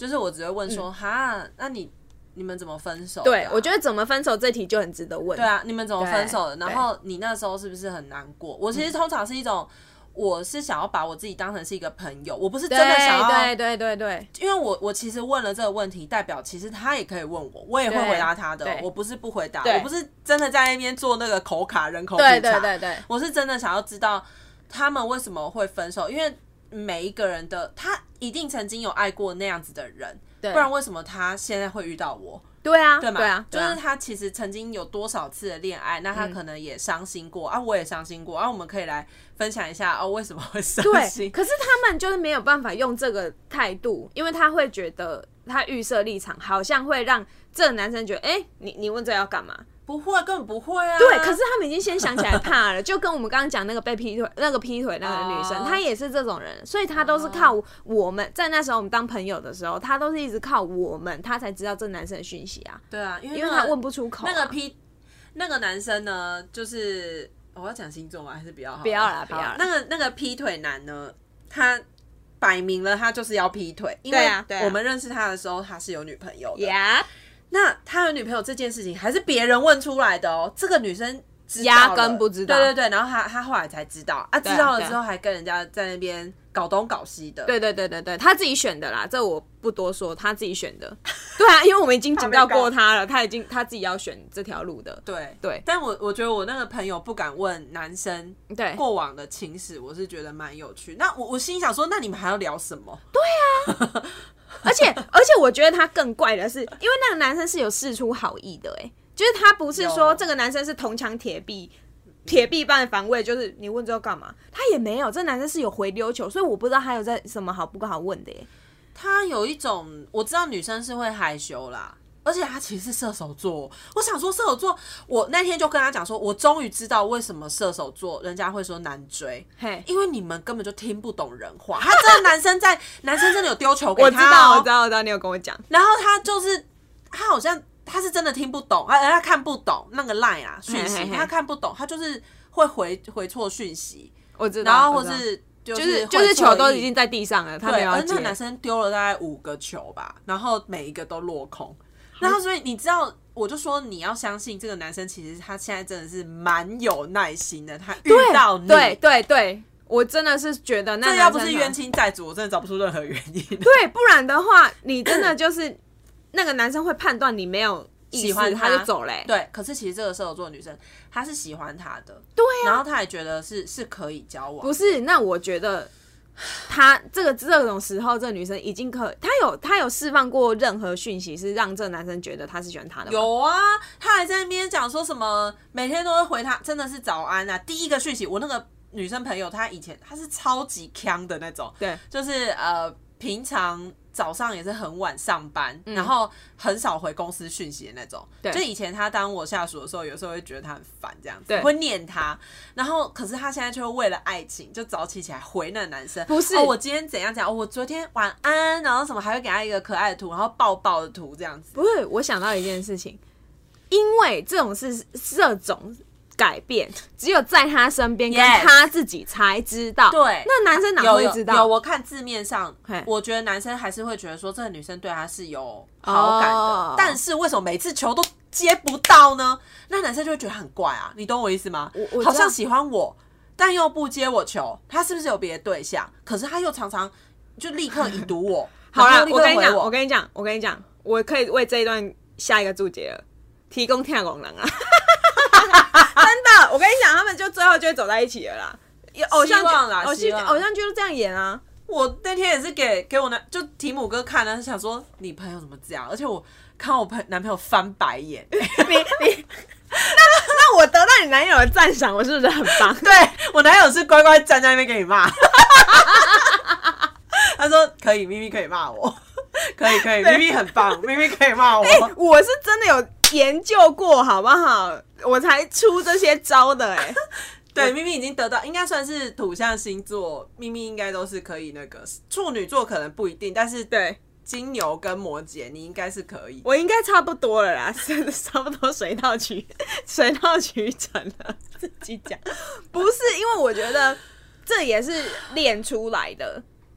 就是我只会问说，哈，那你们怎么分手？ 对，我觉得怎么分手这题就很值得问。 对啊，你们怎么分手的？然后你那时候是不是很难过？我其实通常是一种，我是想要把我自己当成是一个朋友，我不是真的想要。 对， 因为我其实问了这个问题，代表其实他也可以问我，我也会回答他的。我不是不回答，我不是真的在那边做那个口卡人口普查。 对， 我是真的想要知道他们为什么会分手，因为每一个人的他一定曾经有爱过那样子的人，不然为什么他现在会遇到我？ 对啊， 就是他其实曾经有多少次的恋爱，那他可能也伤心过啊，我也伤心过啊，我们可以来分享一下哦，为什么会伤心？ 对，可是他们就是没有办法用这个态度，因为他会觉得他预设立场，好像会让这个男生觉得，你问这要干嘛？ 不会，根本不会啊。 对，可是他们已经先想起来怕了，就跟我们刚刚讲那个被劈腿那个女生，她也是这种人，所以她都是靠我们在那时候我们当朋友的时候，她都是一直靠我们，她才知道这男生的讯息啊。 对啊，因为他问不出口啊。 那个男生呢，就是我要讲星座吗？还是不要？ 不要啦。 那个劈腿男呢，他摆明了他就是要劈腿，因为我们认识他的时候他是有女朋友的。那他有女朋友这件事情还是别人问出来的哦，这个女生压根不知道。 对，然后他后来才知道啊，知道了之后还跟人家在那边搞东搞西的。 对，他自己选的啦，这我不多说，他自己选的。对啊，因为我们已经警告过他了，他自己要选这条路的。对， 但我觉得我那个朋友不敢问男生过往的情史，我是觉得蛮有趣。那我心想说，那你们还要聊什么？ 对啊。而且我觉得他更怪的是，因为那个男生是有释出好意的，就是他不是说这个男生是铜墙铁壁般的防卫，就是你问这要干嘛，他也没有，这男生是有回溜球，所以我不知道他有在什么好不好问的耶。 他有一种，我知道女生是会害羞啦，而且他其实是射手座。我想说射手座，我那天就跟他讲说，我终于知道为什么射手座人家会说难追，因为你们根本就听不懂人话。他真的男生真的有丢球给他， 我知道，你有跟我讲。 然后他好像他是真的听不懂，他看不懂那个 line 啊讯息，他看不懂，他就是会回错讯息。 我知道， 然后或是。 就是球都已经在地上了，他没有要接。 那个男生丢了大概5个球吧，然后每一个都落空。然后所以你知道，我就说你要相信这个男生，其实他现在真的是蛮有耐心的。他遇到你， 对，我真的是觉得那这要不是冤亲债主，我真的找不出任何原因。 对，不然的话，你真的就是那个男生会判断你没有喜欢他就走嘞。 对，可是其实这个射手座的女生，她是喜欢他的， 对啊， 然后她也觉得是可以交往。 不是，那我觉得他这种时候，这个女生已经她有释放过任何讯息，是让这个男生觉得他是喜欢他的吗？ 有啊，他还在那边讲说什么每天都会回他，真的是早安啊。第一个讯息，我那个女生朋友，她以前她是超级强的那种， 对， 就是平常早上也是很晚上班，然后很少回公司讯息的那种。就以前他当我下属的时候，有时候会觉得他很烦，这样子会念他。然后可是他现在就为了爱情，就早起起来回那个男生， 不是我今天怎样讲，我昨天晚安，然后什么还会给他一个可爱的图，然后抱抱的图这样子。 不是，我想到一件事情，因为这种改变只有在他身边跟他自己才知道。 对， 那男生哪会知道？ 有我看字面上，我觉得男生还是会觉得说这个女生对他是有好感的，但是为什么每次球都接不到呢？那男生就会觉得很怪啊，你懂我意思吗？我好像喜欢我，但又不接我球，他是不是有别的对象？可是他又常常就立刻已读我。 好啦，我跟你讲，我可以为这一段下一个注解了，提供听功能啊。真的，我跟你讲，他们就最后就会走在一起了啦。偶像剧就这样演啊。 我那天也是给我就提姆哥看了，想说你朋友怎么这样？而且我看我男朋友翻白眼。 那我得到你男友的赞赏，我是不是很棒？ 对，我男友是乖乖站在那边给你骂。他说可以，咪咪可以骂我，可以，咪咪很棒，咪咪可以骂我。 我是真的有研究过，好不好？我才出这些招的对，咪咪已经得到，应该算是土象星座，咪咪应该都是可以那个。处女座可能不一定，但是对金牛跟摩羯你应该是可以。 我应该差不多了啦，差不多水到渠成了。自己讲，不是因为我觉得这也是练出来的。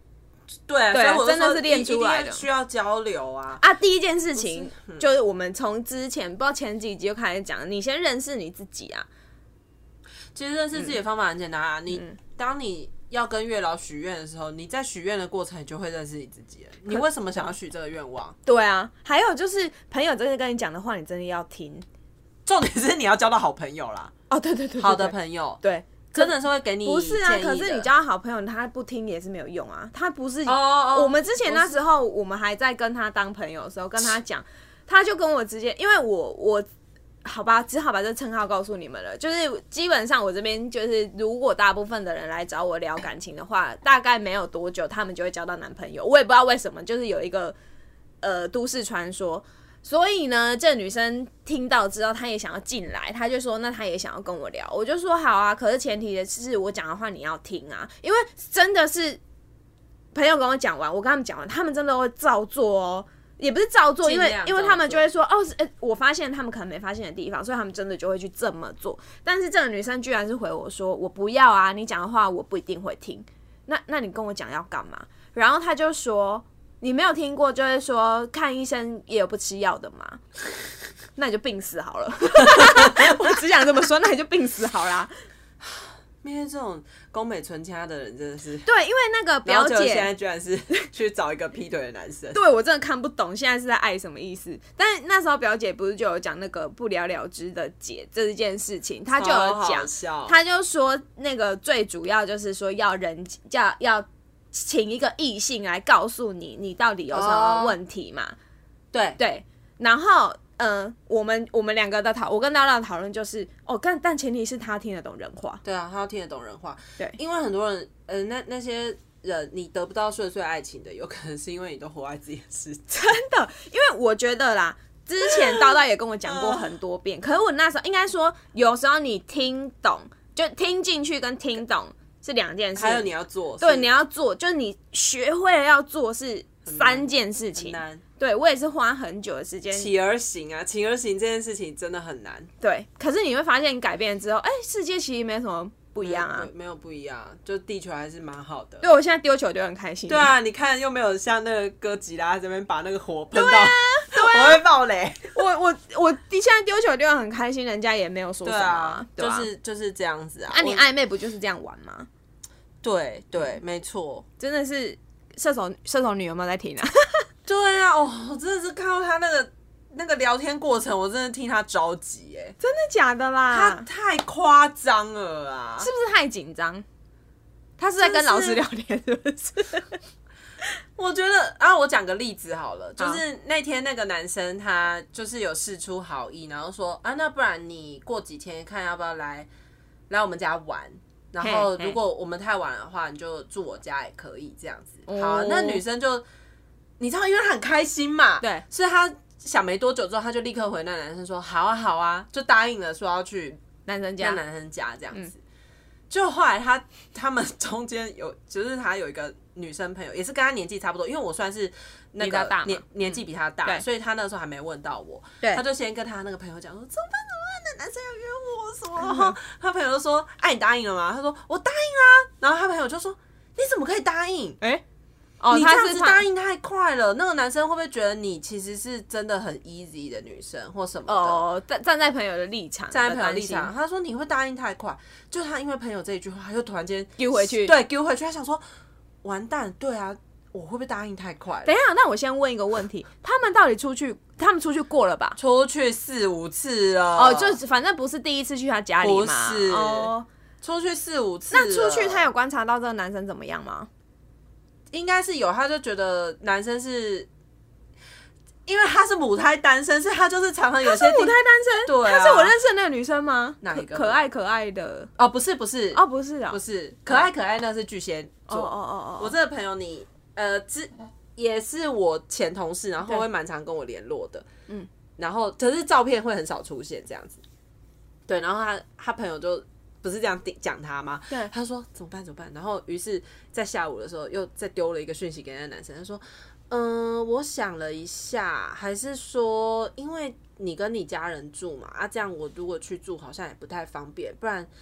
对啊， 对啊， 所以我真的是练出来的， 需要交流啊。 第一件事情就是我们从之前不知道前几集就开始讲，你先认识你自己啊。 其实认识自己的方法很简单啊，当你要跟月老许愿的时候，你在许愿的过程，你就会认识你自己了。你为什么想要许这个愿望？ 对啊，还有就是朋友真的跟你讲的话，你真的要听。 重点是你要交到好朋友啦。 哦，对对对， 好的朋友， 对， 真的是会给你不是啊， 建议的。 可是你交到好朋友，他不听也是没有用啊。他不是我们之前那时候，我们还在跟他当朋友的时候，跟他讲，他就跟我直接，因为我。好吧，只好把这称号告诉你们了。就是基本上我这边就是，如果大部分的人来找我聊感情的话，大概没有多久，他们就会交到男朋友。我也不知道为什么，就是有一个都市传说。所以呢，这女生听到之后，她也想要进来，她就说，那她也想要跟我聊。我就说好啊，可是前提的是我讲的话你要听啊，因为真的是朋友跟我讲完，我跟他们讲完，他们真的会照做哦。也不是照做，因为他们就会说我发现他们可能没发现的地方，所以他们真的就会去这么做。但是这个女生居然是回我说我不要啊，你讲的话我不一定会听。那你跟我讲要干嘛？然后他就说你没有听过，就是说看医生也有不吃药的嘛，那你就病死好了。我只想这么说，那你就病死好啦。 因为这种宫美纯掐的人真的是对，因为那个表姐现在居然是去找一个劈腿的男生。 对，我真的看不懂现在是在爱什么意思。但那时候表姐不是就有讲那个不了了之的解这件事情，她就有讲，她就说那个最主要就是说要请一个异性来告诉你你到底有什么问题嘛。对，然后我们两个的我跟大大的讨论就是但前提是他听得懂人话。 对啊，他要听得懂人话。 对， 因为很多人那些人你得不到顺遂爱情的，有可能是因为你都活在自己的世界。 真的，因为我觉得啦，之前叨叨也跟我讲过很多遍，可是我那时候应该说，有时候你听懂就听进去跟听懂是两件事， 还有你要做， 对，你要做，就是你学会了要做是3件事情， 很难。 对，我也是花很久的时间。 起而行啊，起而行这件事情真的很难。 对，可是你会发现你改变之后，世界其实没什么不一样啊， 没有不一样，就地球还是蛮好的。 对，我现在丢球丢很开心。 对啊，你看又没有像那个哥吉拉这边把那个火喷到，对啊，我会爆雷。 我现在丢球丢得很开心，人家也没有说什么， 对啊，就是这样子啊。 你暧昧不就是这样玩吗？ 对，没错， 真的是射手女有没有在听啊？ 对啊，我真的是看到他那个聊天过程，我真的替他着急耶。 真的假的啦？ 他太夸张了啊！ 是不是太紧张？他是在跟老师聊天，是不是？ 我觉得我讲个例子好了，就是那天那个男生他就是有释出好意，然后说那不然你过几天看要不要来我们家玩，然后如果我们太晚的话，你就住我家也可以这样子。好，那女生就你知道，因为她很开心嘛， 对， 所以她想没多久之后，她就立刻回那男生说好啊好啊，就答应了说要去男生家这样子。就后来他们中间就是他有一个女生朋友，也是跟他年纪差不多，因为我算是那个年纪比他大，所以他那时候还没问到我，他就先跟他那个朋友讲说怎么办，那男生要约我什么，然后他朋友就说你答应了吗？他说我答应啦，然后他朋友就说你怎么可以答应？你这样子答应太快了，那个男生会不会觉得你其实是真的很 easy 的女生或什么的？ 站在朋友的立场， 他说你会答应太快，就他因为朋友这一句话，他就突然间丢回去， 对，丢回去，他想说完蛋，对啊，我会不会答应太快了？ 等一下，那我先问一个问题，他们到底出去过了吧？ 出去4-5次了， 就反正不是第一次去他家里嘛， 不是，出去4-5次。 那出去他有观察到这个男生怎么样吗？ 应该是有，他就觉得男生是，因为他是母胎单身，所以他就是常常有些母胎单身， 对他是我认识的那个女生吗？ 哪一个？ 可爱的？ 不是， 不是可爱那是巨蟹座。我这个朋友也是我前同事，然后会蛮常跟我联络的，然后可是照片会很少出现这样子，对，然后他朋友就。不是这样讲他吗？ 对， 他说怎么办？然后于是，在下午的时候又再丢了一个讯息给那个男生，他说：“我想了一下，还是说，因为你跟你家人住嘛，这样我如果去住好像也不太方便，不然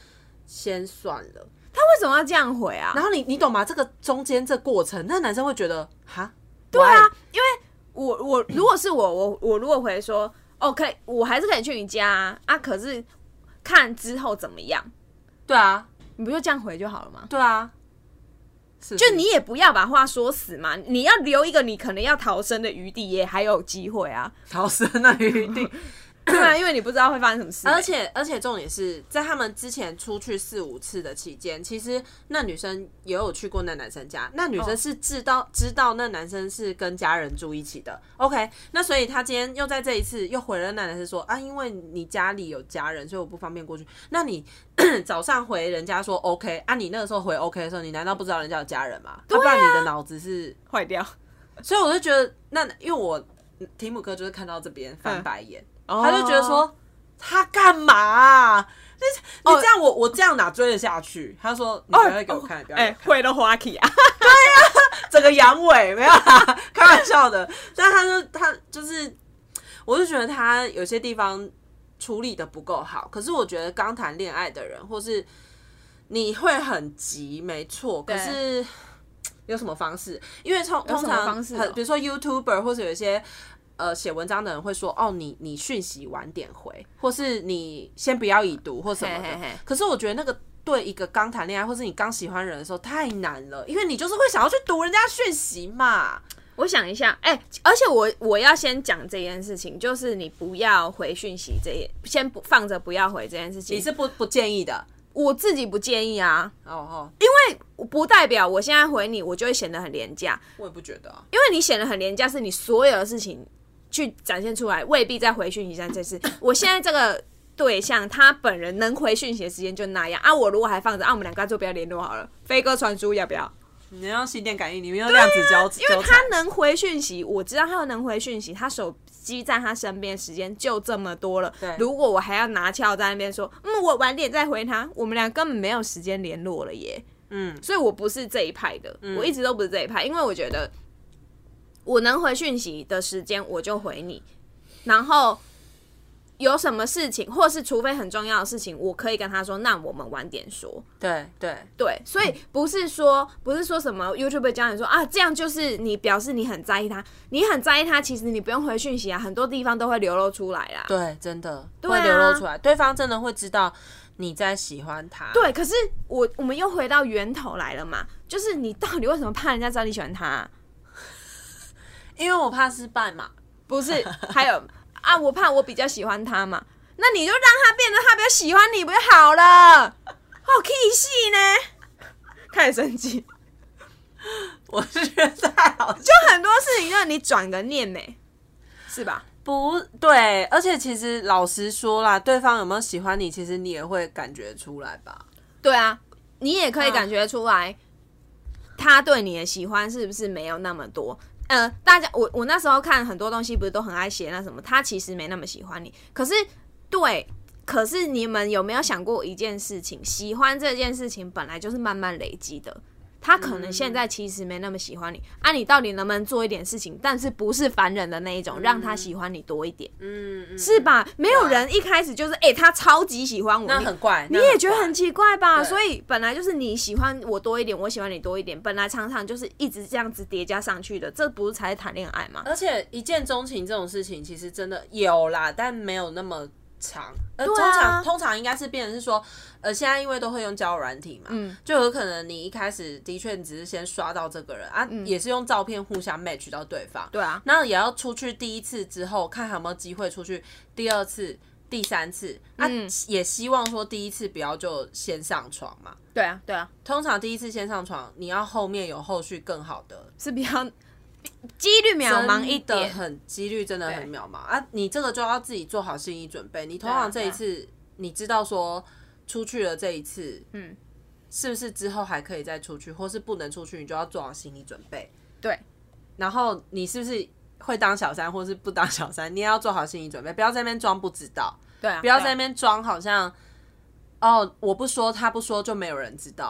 先算了。 他为什么要这样回啊？ 然后你懂吗？这个中间这过程，那男生会觉得哈， 对啊，因为我如果是我如果回说可以，我还是可以去你家啊，可是看之后怎么样？ 对啊， 你不就这样回就好了吗？ 对啊， 就你也不要把话说死嘛，你要留一个你可能要逃生的余地，也还有机会啊， 逃生的余地。 对啊，因为你不知道会发生什么事而且重点是在他们之前出去4-5次的期间，其实那女生也有去过那男生家，那女生是知道那男生是跟家人住一起的。OK， 那所以他今天又在这一次又回了那男生说啊，因为你家里有家人，所以我不方便过去。那你早上回人家说 OK 啊，你那个时候回 OK 的时候，你难道不知道人家有家人吗？ 对啊， 不然你的脑子是坏掉。 所以我就觉得因为我提姆哥就是看到这边翻白眼。他就觉得说他干嘛啊？你这样我这样哪追得下去？他说你不要给我看，不要看， 会都花起啊！ 对啊，整个阳痿没有啦，开玩笑的。但他就是，我就觉得他有些地方处理的不够好。可是我觉得刚谈恋爱的人，或是你会很急，没错。可是有什么方式？因为通常比如说 YouTuber 或者有一些。写文章的人会说你讯息晚点回，或是你先不要已读或什么的。可是我觉得那个对一个刚谈恋爱或是你刚喜欢人的时候太难了，因为你就是会想要去读人家讯息嘛。 我想一下，而且我要先讲这件事情，就是你不要回讯息先放着不要回这件事情， 你是不建议的。 我自己不建议啊，因为不代表我现在回你，我就会显得很廉价。 我也不觉得啊， 因为你显得很廉价，是你所有的事情。去展现出来，未必在回讯息上这次。我现在这个对象，他本人能回讯息的时间就那样啊。我如果还放着我们两个就不要联络好了。飞鸽传书要不要？ 你要心电感应，你们要量子交织。 因为他能回讯息，我知道他能回讯息，他手机在他身边时间就这么多了。如果我还要拿翘在那边说，我晚点再回他，我们俩根本没有时间联络了耶。所以我不是这一派的，我一直都不是这一派，因为我觉得。我能回讯息的时间我就回你，然后有什么事情，或是除非很重要的事情，我可以跟他说，那我们晚点说。 对， 所以不是说什么 YouTuber 教你说啊，这样就是你表示你很在意他，你很在意他，其实你不用回讯息啊，很多地方都会流露出来啦。 对，真的会流露出来，对方真的会知道你在喜欢他。 对，可是我们又回到源头来了嘛，就是你到底为什么怕人家知道你喜欢他啊？ 因为我怕失败嘛， 不是，还有啊，我怕我比较喜欢他嘛，那你就让他变得他比较喜欢你不就好了？好气戏呢，开始生气， 我是觉得太好笑， 就很多事情让你转个念没，是吧？ 不对，而且其实老实说啦，对方有没有喜欢你，其实你也会感觉出来吧？ 对啊，你也可以感觉出来，他对你的喜欢是不是没有那么多？大家我那时候看很多东西，不是都很爱写那什么，他其实没那么喜欢你。可是你们有没有想过一件事情？喜欢这件事情本来就是慢慢累积的。他可能现在其实没那么喜欢你，你到底能不能做一点事情，但是不是烦人的那一种，让他喜欢你多一点，是吧？没有人一开始就是他超级喜欢我， 那很怪， 你也觉得很奇怪吧？所以本来就是你喜欢我多一点，我喜欢你多一点，本来常常就是一直这样子叠加上去的，这不是才是谈恋爱吗？ 而且一见钟情这种事情其实真的有啦，但没有那么长，通常应该是变成是说，现在因为都会用交友软体嘛，就有可能你一开始的确你只是先刷到这个人啊，也是用照片互相 match 到对方， 对啊， 那也要出去第一次之后，看还有没有机会出去第二次、第三次，也希望说第一次不要就先上床嘛， 对啊， 通常第一次先上床，你要后面有后续更好的， 是比较。几率渺茫一点， 几率真的很渺茫啊！你这个就要自己做好心理准备。你通常这一次，你知道说出去了这一次，是不是之后还可以再出去，或是不能出去，你就要做好心理准备。 对， 然后你是不是会当小三，或是不当小三，你也要做好心理准备，不要在那边装不知道。 对啊， 不要在那边装好像我不说他不说就没有人知道。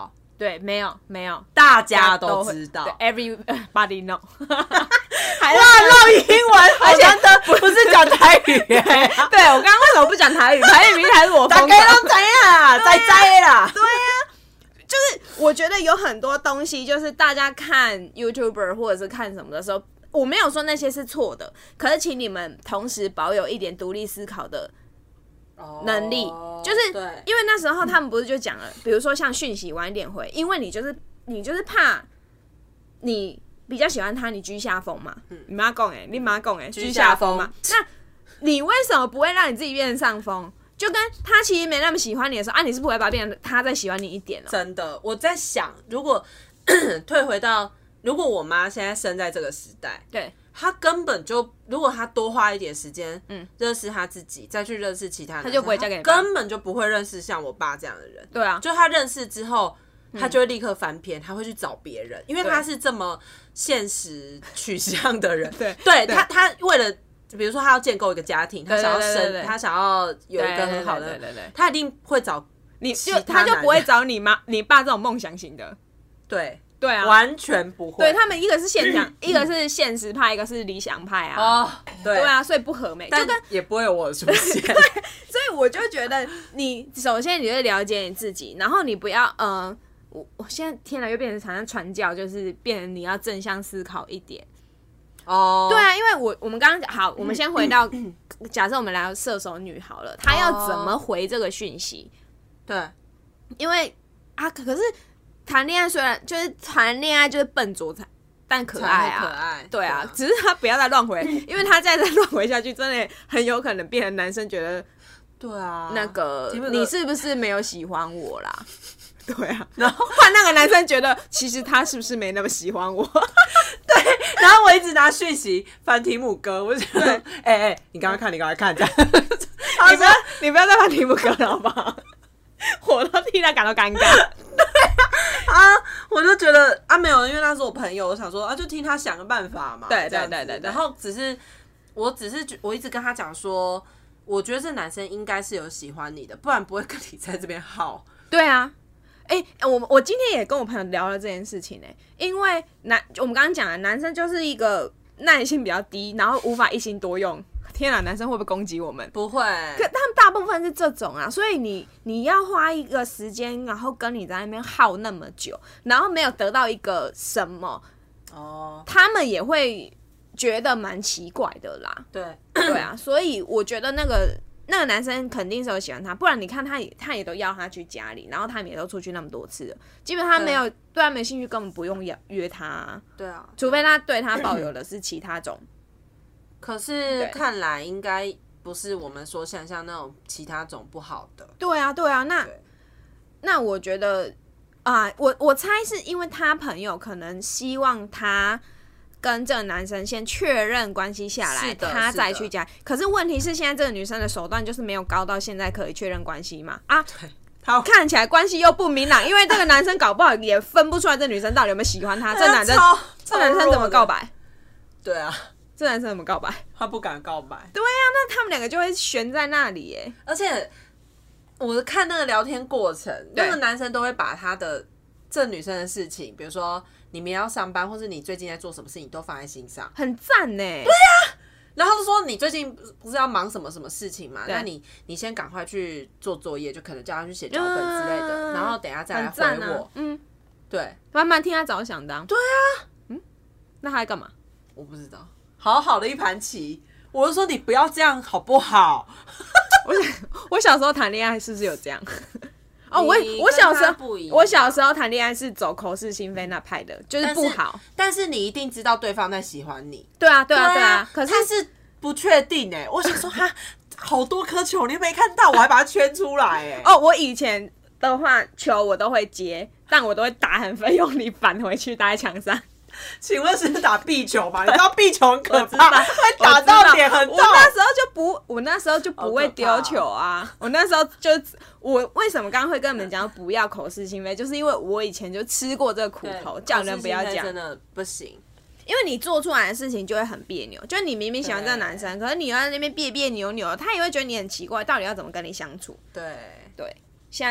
对，没有， 大家都知道 ，everybody know 。 还唠英文，而且不是讲台语耶。 对，我刚刚为什么不讲台语？台语名才是我风格。 大家都知啊，在啦。 对呀，就是我觉得有很多东西，就是大家看 YouTuber 或者是看什么的时候，我没有说那些是错的，可是请你们同时保有一点独立思考的能力，就是因为那时候他们不是就讲了，比如说像讯息晚一点回，因为你就是怕你比较喜欢他，你居下风嘛，你妈讲你妈讲居下风嘛，那你为什么不会让你自己变成上风？就跟他其实没那么喜欢你的时候啊，你是不会把它变成他再喜欢你一点真的，我在想，如果退回到，如果我妈现在生在这个时代， 对。 他根本就，如果他多花一点时间，认识他自己，再去认识其他人， 他就不会嫁给你爸， 根本就不会认识像我爸这样的人。 对啊， 就他认识之后，他就会立刻翻篇，他会去找别人，因为他是这么现实取向的人。对，他为了，比如说他要建构一个家庭，他想要生，他想要有一个很好的，他一定会找你，他就不会找你妈、你爸这种梦想型的。对啊， 完全不会。 对，他们一个是现想，一个是现实派，一个是理想派啊。 哦，对啊，所以不合美，就跟也不会有我出现。 对，所以我就觉得你首先你会了解你自己，然后你不要我现在天哪，又变成常常传教，就是变成你要正向思考一点。 哦， 对啊，因为我们刚刚讲好，我们先回到假设我们来到射手女好了，她要怎么回这个讯息？ 对， 因为啊，可是。谈恋爱虽然就是谈恋爱就是笨拙但可爱啊， 可爱， 对啊，只是他不要再乱回，因为他再乱回下去，真的很有可能变成男生觉得， 对啊， 那个你是不是没有喜欢我啦？对啊，然后换那个男生觉得，其实他是不是没那么喜欢我？ 对，然后我一直拿讯息翻提姆哥，我就觉得，你赶快看，这样， 你不要再翻提姆哥了，好不好？我都替他感到尴尬。 啊，我就觉得啊，没有，因为他是我朋友，我想说啊，就听他想个办法嘛。 对。 然后我一直跟他讲说，我觉得这男生应该是有喜欢你的，不然不会跟你在这边耗。 对啊，我今天也跟我朋友聊了这件事情因为我们刚刚讲的男生就是一个耐性比较低，然后无法一心多用。天啊，男生会不会攻击我们？ 不会， 可他们大部分是这种啊，所以你要花一个时间，然后跟你在那边耗那么久，然后没有得到一个什么，他们也会觉得蛮奇怪的啦。对啊，所以我觉得那个男生肯定是有喜欢他，不然你看他也都邀他去家里，然后他们也都出去那么多次了，基本上对他没兴趣，根本不用约他。 对啊， 除非他对他抱有的是其他种。 可是看来应该不是我们说像那种其他种不好的。 对啊，那我觉得啊，我猜是因为他朋友可能希望他跟这个男生先确认关系下来，他再去家。可是问题是，现在这个女生的手段就是没有高到现在可以确认关系嘛？啊，看起来关系又不明朗，因为这个男生搞不好也分不出来这女生到底有没有喜欢他。这男生怎么告白？ 对啊。 这男生怎么告白？ 他不敢告白。 对啊，那他们两个就会悬在那里耶。 而且我看那个聊天过程，那个男生都会把他的这女生的事情，比如说你明天要上班，或是你最近在做什么事情，都放在心上， 很赞呢。 对啊，然后就说你最近不是要忙什么什么事情嘛？那你先赶快去做作业，就可能叫他去写脚本之类的，然后等一下再来回我。对， 慢慢替他着想的。 对啊， 那他在干嘛？ 我不知道。好好的一盘棋，我就说你不要这样好不好？ 我小时候谈恋爱是不是有这样？我小时候谈恋爱是走口是心非那派的，就是不好。 但是你一定知道对方在喜欢你。 对啊。可是他是不确定我想说他好多颗球你没看到，我还把它圈出来我以前的话球我都会接，但我都会打很费用力返回去打在墙上。 请问是打壁球吗？你知道壁球很可怕，会打到脸很痛。 我那时候就不会丢球啊。我那时候我为什么刚刚会跟你们讲不要口是心非，就是因为我以前就吃过这个苦头，叫人不要讲， 真的不行。 因为你做出来的事情就会很别扭，就是你明明喜欢这个男生，可是你要在那边别扭，他也会觉得你很奇怪，到底要怎么跟你相处？ 对， 现在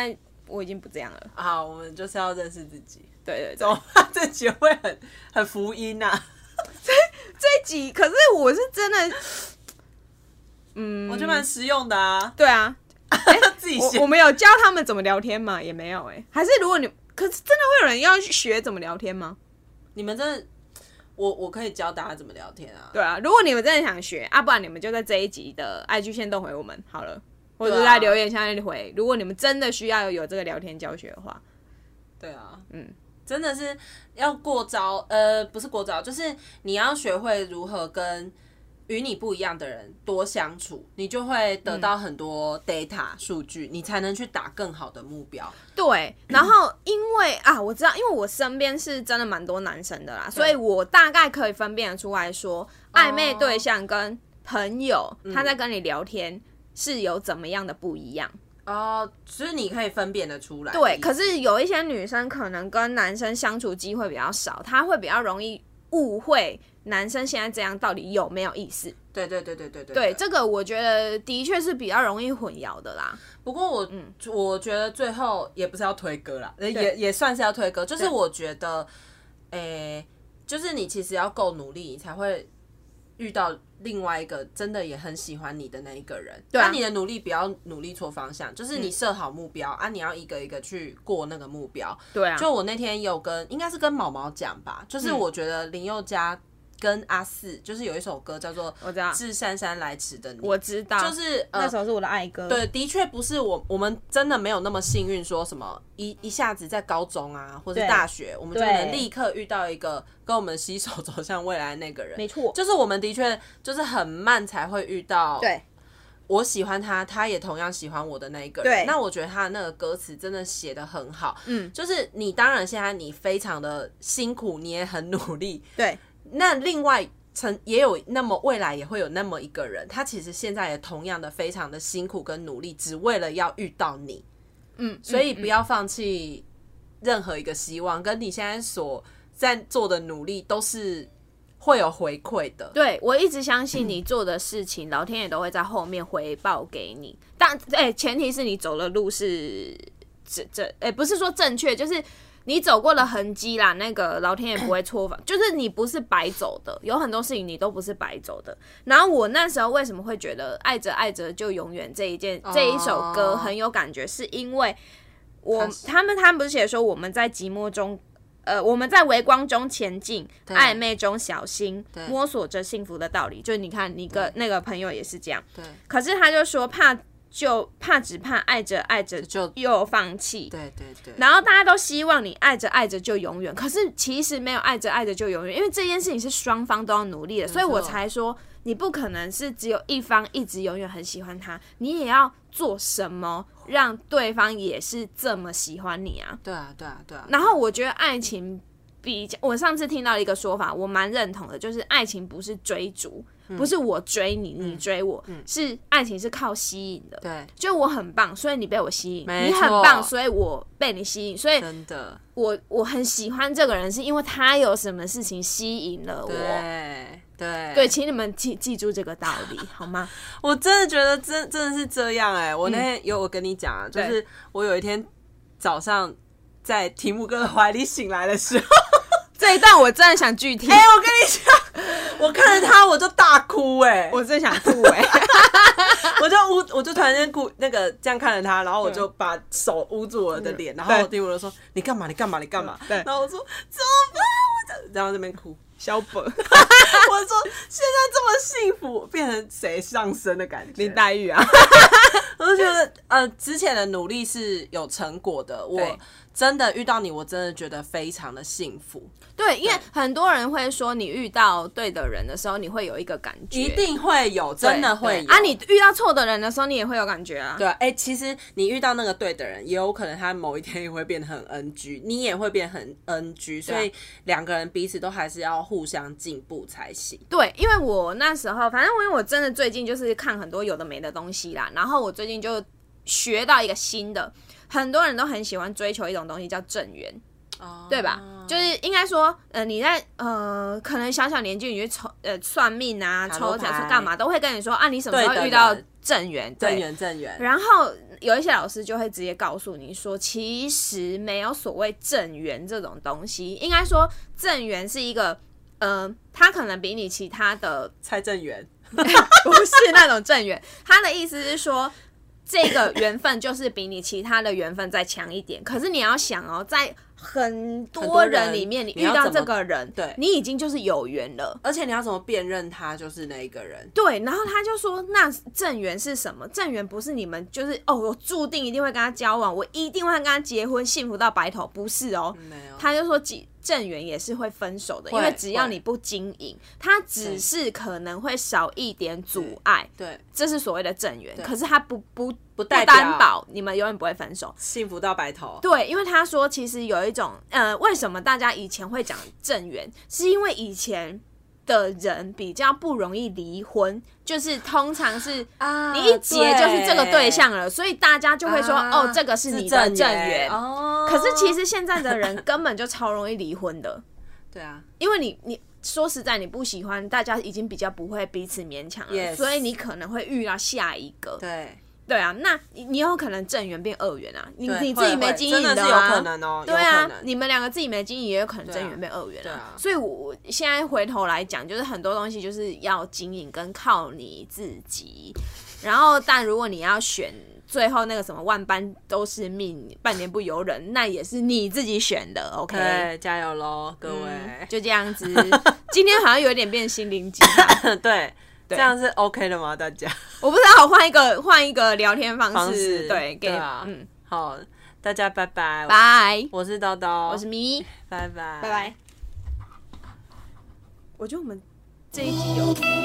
我已经不这样了。 好，我们就是要认识自己。 对， 怎么这集会很福音啊？ 这一集可是我是真的， 我觉得蛮实用的啊。 对啊， 自己写。 我们有教他们怎么聊天吗？也没有还是如果你，可是真的会有人要学怎么聊天吗？ 你们真的，我可以教大家怎么聊天啊。 对啊，如果你们真的想学不然你们就在这一集的 IG 限动回我们好了，或者在留言下面回。如果你们真的需要有这个聊天教学的话， 对啊，真的是要过招，不是过招，就是你要学会如何跟与你不一样的人多相处，你就会得到很多 data 数据，你才能去打更好的目标。 对，然后因为我知道，因为我身边是真的蛮多男生的啦，所以我大概可以分辨得出来说，暧昧对象跟朋友他在跟你聊天是有怎么样的不一样。 所以你可以分辨得出来。 对，可是有一些女生可能跟男生相处机会比较少，她会比较容易误会男生现在这样到底有没有意思。 对， 这个我觉得的确是比较容易混淆的啦。 不过我觉得最后也不是要推歌啦，也算是要推歌，就是我觉得，就是你其实要够努力，你才会遇到另外一个真的也很喜欢你的那一个人。对，你的努力不要努力错方向，就是你设好目标你要一个一个去过那个目标。 对啊， 就我那天有应该是跟毛毛讲吧，就是我觉得林宥嘉跟阿四就是有一首歌叫做《致姗姗来迟的你》， 我知道， 就是那首是我的爱歌。 对，的确不是我们真的没有那么幸运，说什么一下子在高中或者大学，我们就能立刻遇到一个跟我们携手走向未来的那个人。 没错， 就是我们的确就是很慢才会遇到。 对。 我喜欢他，他也同样喜欢我的那一个人。那我觉得他的那个歌词真的写得很好。就是你当然现在你非常的辛苦，你也很努力。对。那另外也有那么未来也会有那么一个人，他其实现在也同样的非常的辛苦跟努力，只为了要遇到你。所以不要放弃任何一个希望，跟你现在所在做的努力都是会有回馈的。 对，我一直相信你做的事情，老天爷都会在后面回报给你。但前提是你走的路是不是说正确，就是你走过的痕迹啦，那个老天爷不会错，就是你不是白走的，有很多事情你都不是白走的。然后我那时候为什么会觉得爱着爱着就永远这一首歌很有感觉，是因为他们不是写说我们在寂寞中我们在微光中前进，暧昧中小心，摸索着幸福的道理。就你看，你跟那个朋友也是这样。对。可是他就说只怕爱着爱着就又放弃。对。然后大家都希望你爱着爱着就永远，可是其实没有爱着爱着就永远，因为这件事情是双方都要努力的，所以我才说你不可能是只有一方一直永远很喜欢他，你也要做什么让对方也是这么喜欢你啊。 对啊。 然后我觉得爱情我上次听到一个说法，我蛮认同的，就是爱情不是追逐，不是我追你，你追我，是爱情是靠吸引的。对，就我很棒，所以你被我吸引；你很棒，所以我被你吸引。所以真的，我很喜欢这个人，是因为他有什么事情吸引了我。对，请你们记住这个道理好吗？ 我真的觉得真的是这样我那天我跟你讲就是我有一天早上在提姆哥的怀里醒来的时候， 这一段我真的想具体。 我跟你讲，我看着他我就大哭我真的想哭我就突然间哭，那个这样看着他，然后我就把手捂住我的脸，然后提姆哥说你干嘛？然后我说怎么办？然后在那边哭。 小本，我说现在这么幸福，变成谁上升的感觉？ 林黛玉啊， 我就觉得之前的努力是有成果的。我真的遇到你，我真的觉得非常的幸福。 对，因为很多人会说，你遇到对的人的时候，你会有一个感觉， 一定会有，真的会有你遇到错的人的时候，你也会有感觉啊。 对，其实你遇到那个对的人，也有可能他某一天也会变得很 NG， 你也会变得很 NG， 所以两个人彼此都还是要互相进步才行。 对，因为我那时候，反正因为我真的最近就是看很多有的没的东西啦，然后我最近就学到一个新的，很多人都很喜欢追求一种东西叫正缘。对吧？就是应该说，你在可能小小年纪你去算命啊、抽奖是干嘛，都会跟你说你什么时候遇到正缘， 正缘。 然后有一些老师就会直接告诉你说，其实没有所谓正缘这种东西，应该说正缘是一个，他可能比你其他的蔡正元不是那种正缘，他的意思是说。这个缘分就是比你其他的缘分再强一点，可是你要想哦，在很多人里面，你遇到这个人， 对， 你已经就是有缘了， 而且你要怎么辨认他就是那一个人？ 对，然后他就说，那正缘是什么？正缘不是你们就是我注定一定会跟他交往，我一定会跟他结婚，幸福到白头，不是哦， 没有， 他就说正缘也是会分手的，因为只要你不经营，它只是可能会少一点阻碍， 对， 这是所谓的正缘，可是它不担保你们永远不会分手， 幸福到白头。 对，因为他说其实有一种为什么大家以前会讲正缘，是因为以前的人比较不容易离婚，就是通常是你一结就是这个对象了，所以大家就会说这个是你的正缘。可是其实现在的人根本就超容易离婚的。 对啊， 因为你说实在你不喜欢，大家已经比较不会彼此勉强了，所以你可能会遇到下一个。对啊，那你有可能正缘变恶缘啊，你自己没经营的啊，真的是有可能哦。 对啊，你们两个自己没经营，也有可能正缘变恶缘啊。所以我现在回头来讲，就是很多东西就是要经营跟靠你自己。然后，但如果你要选最后那个什么万般都是命，半年不由人，那也是你自己选的。OK， 加油咯，各位。 就这样子。今天好像有点变心灵鸡汤。 对。这样是 OK 的吗？大家， 我不知道，换一个聊天方式，对，给好，大家拜拜， 拜， 我是叨叨， 我是咪咪， 拜拜， 拜拜。我觉得我们这一集有。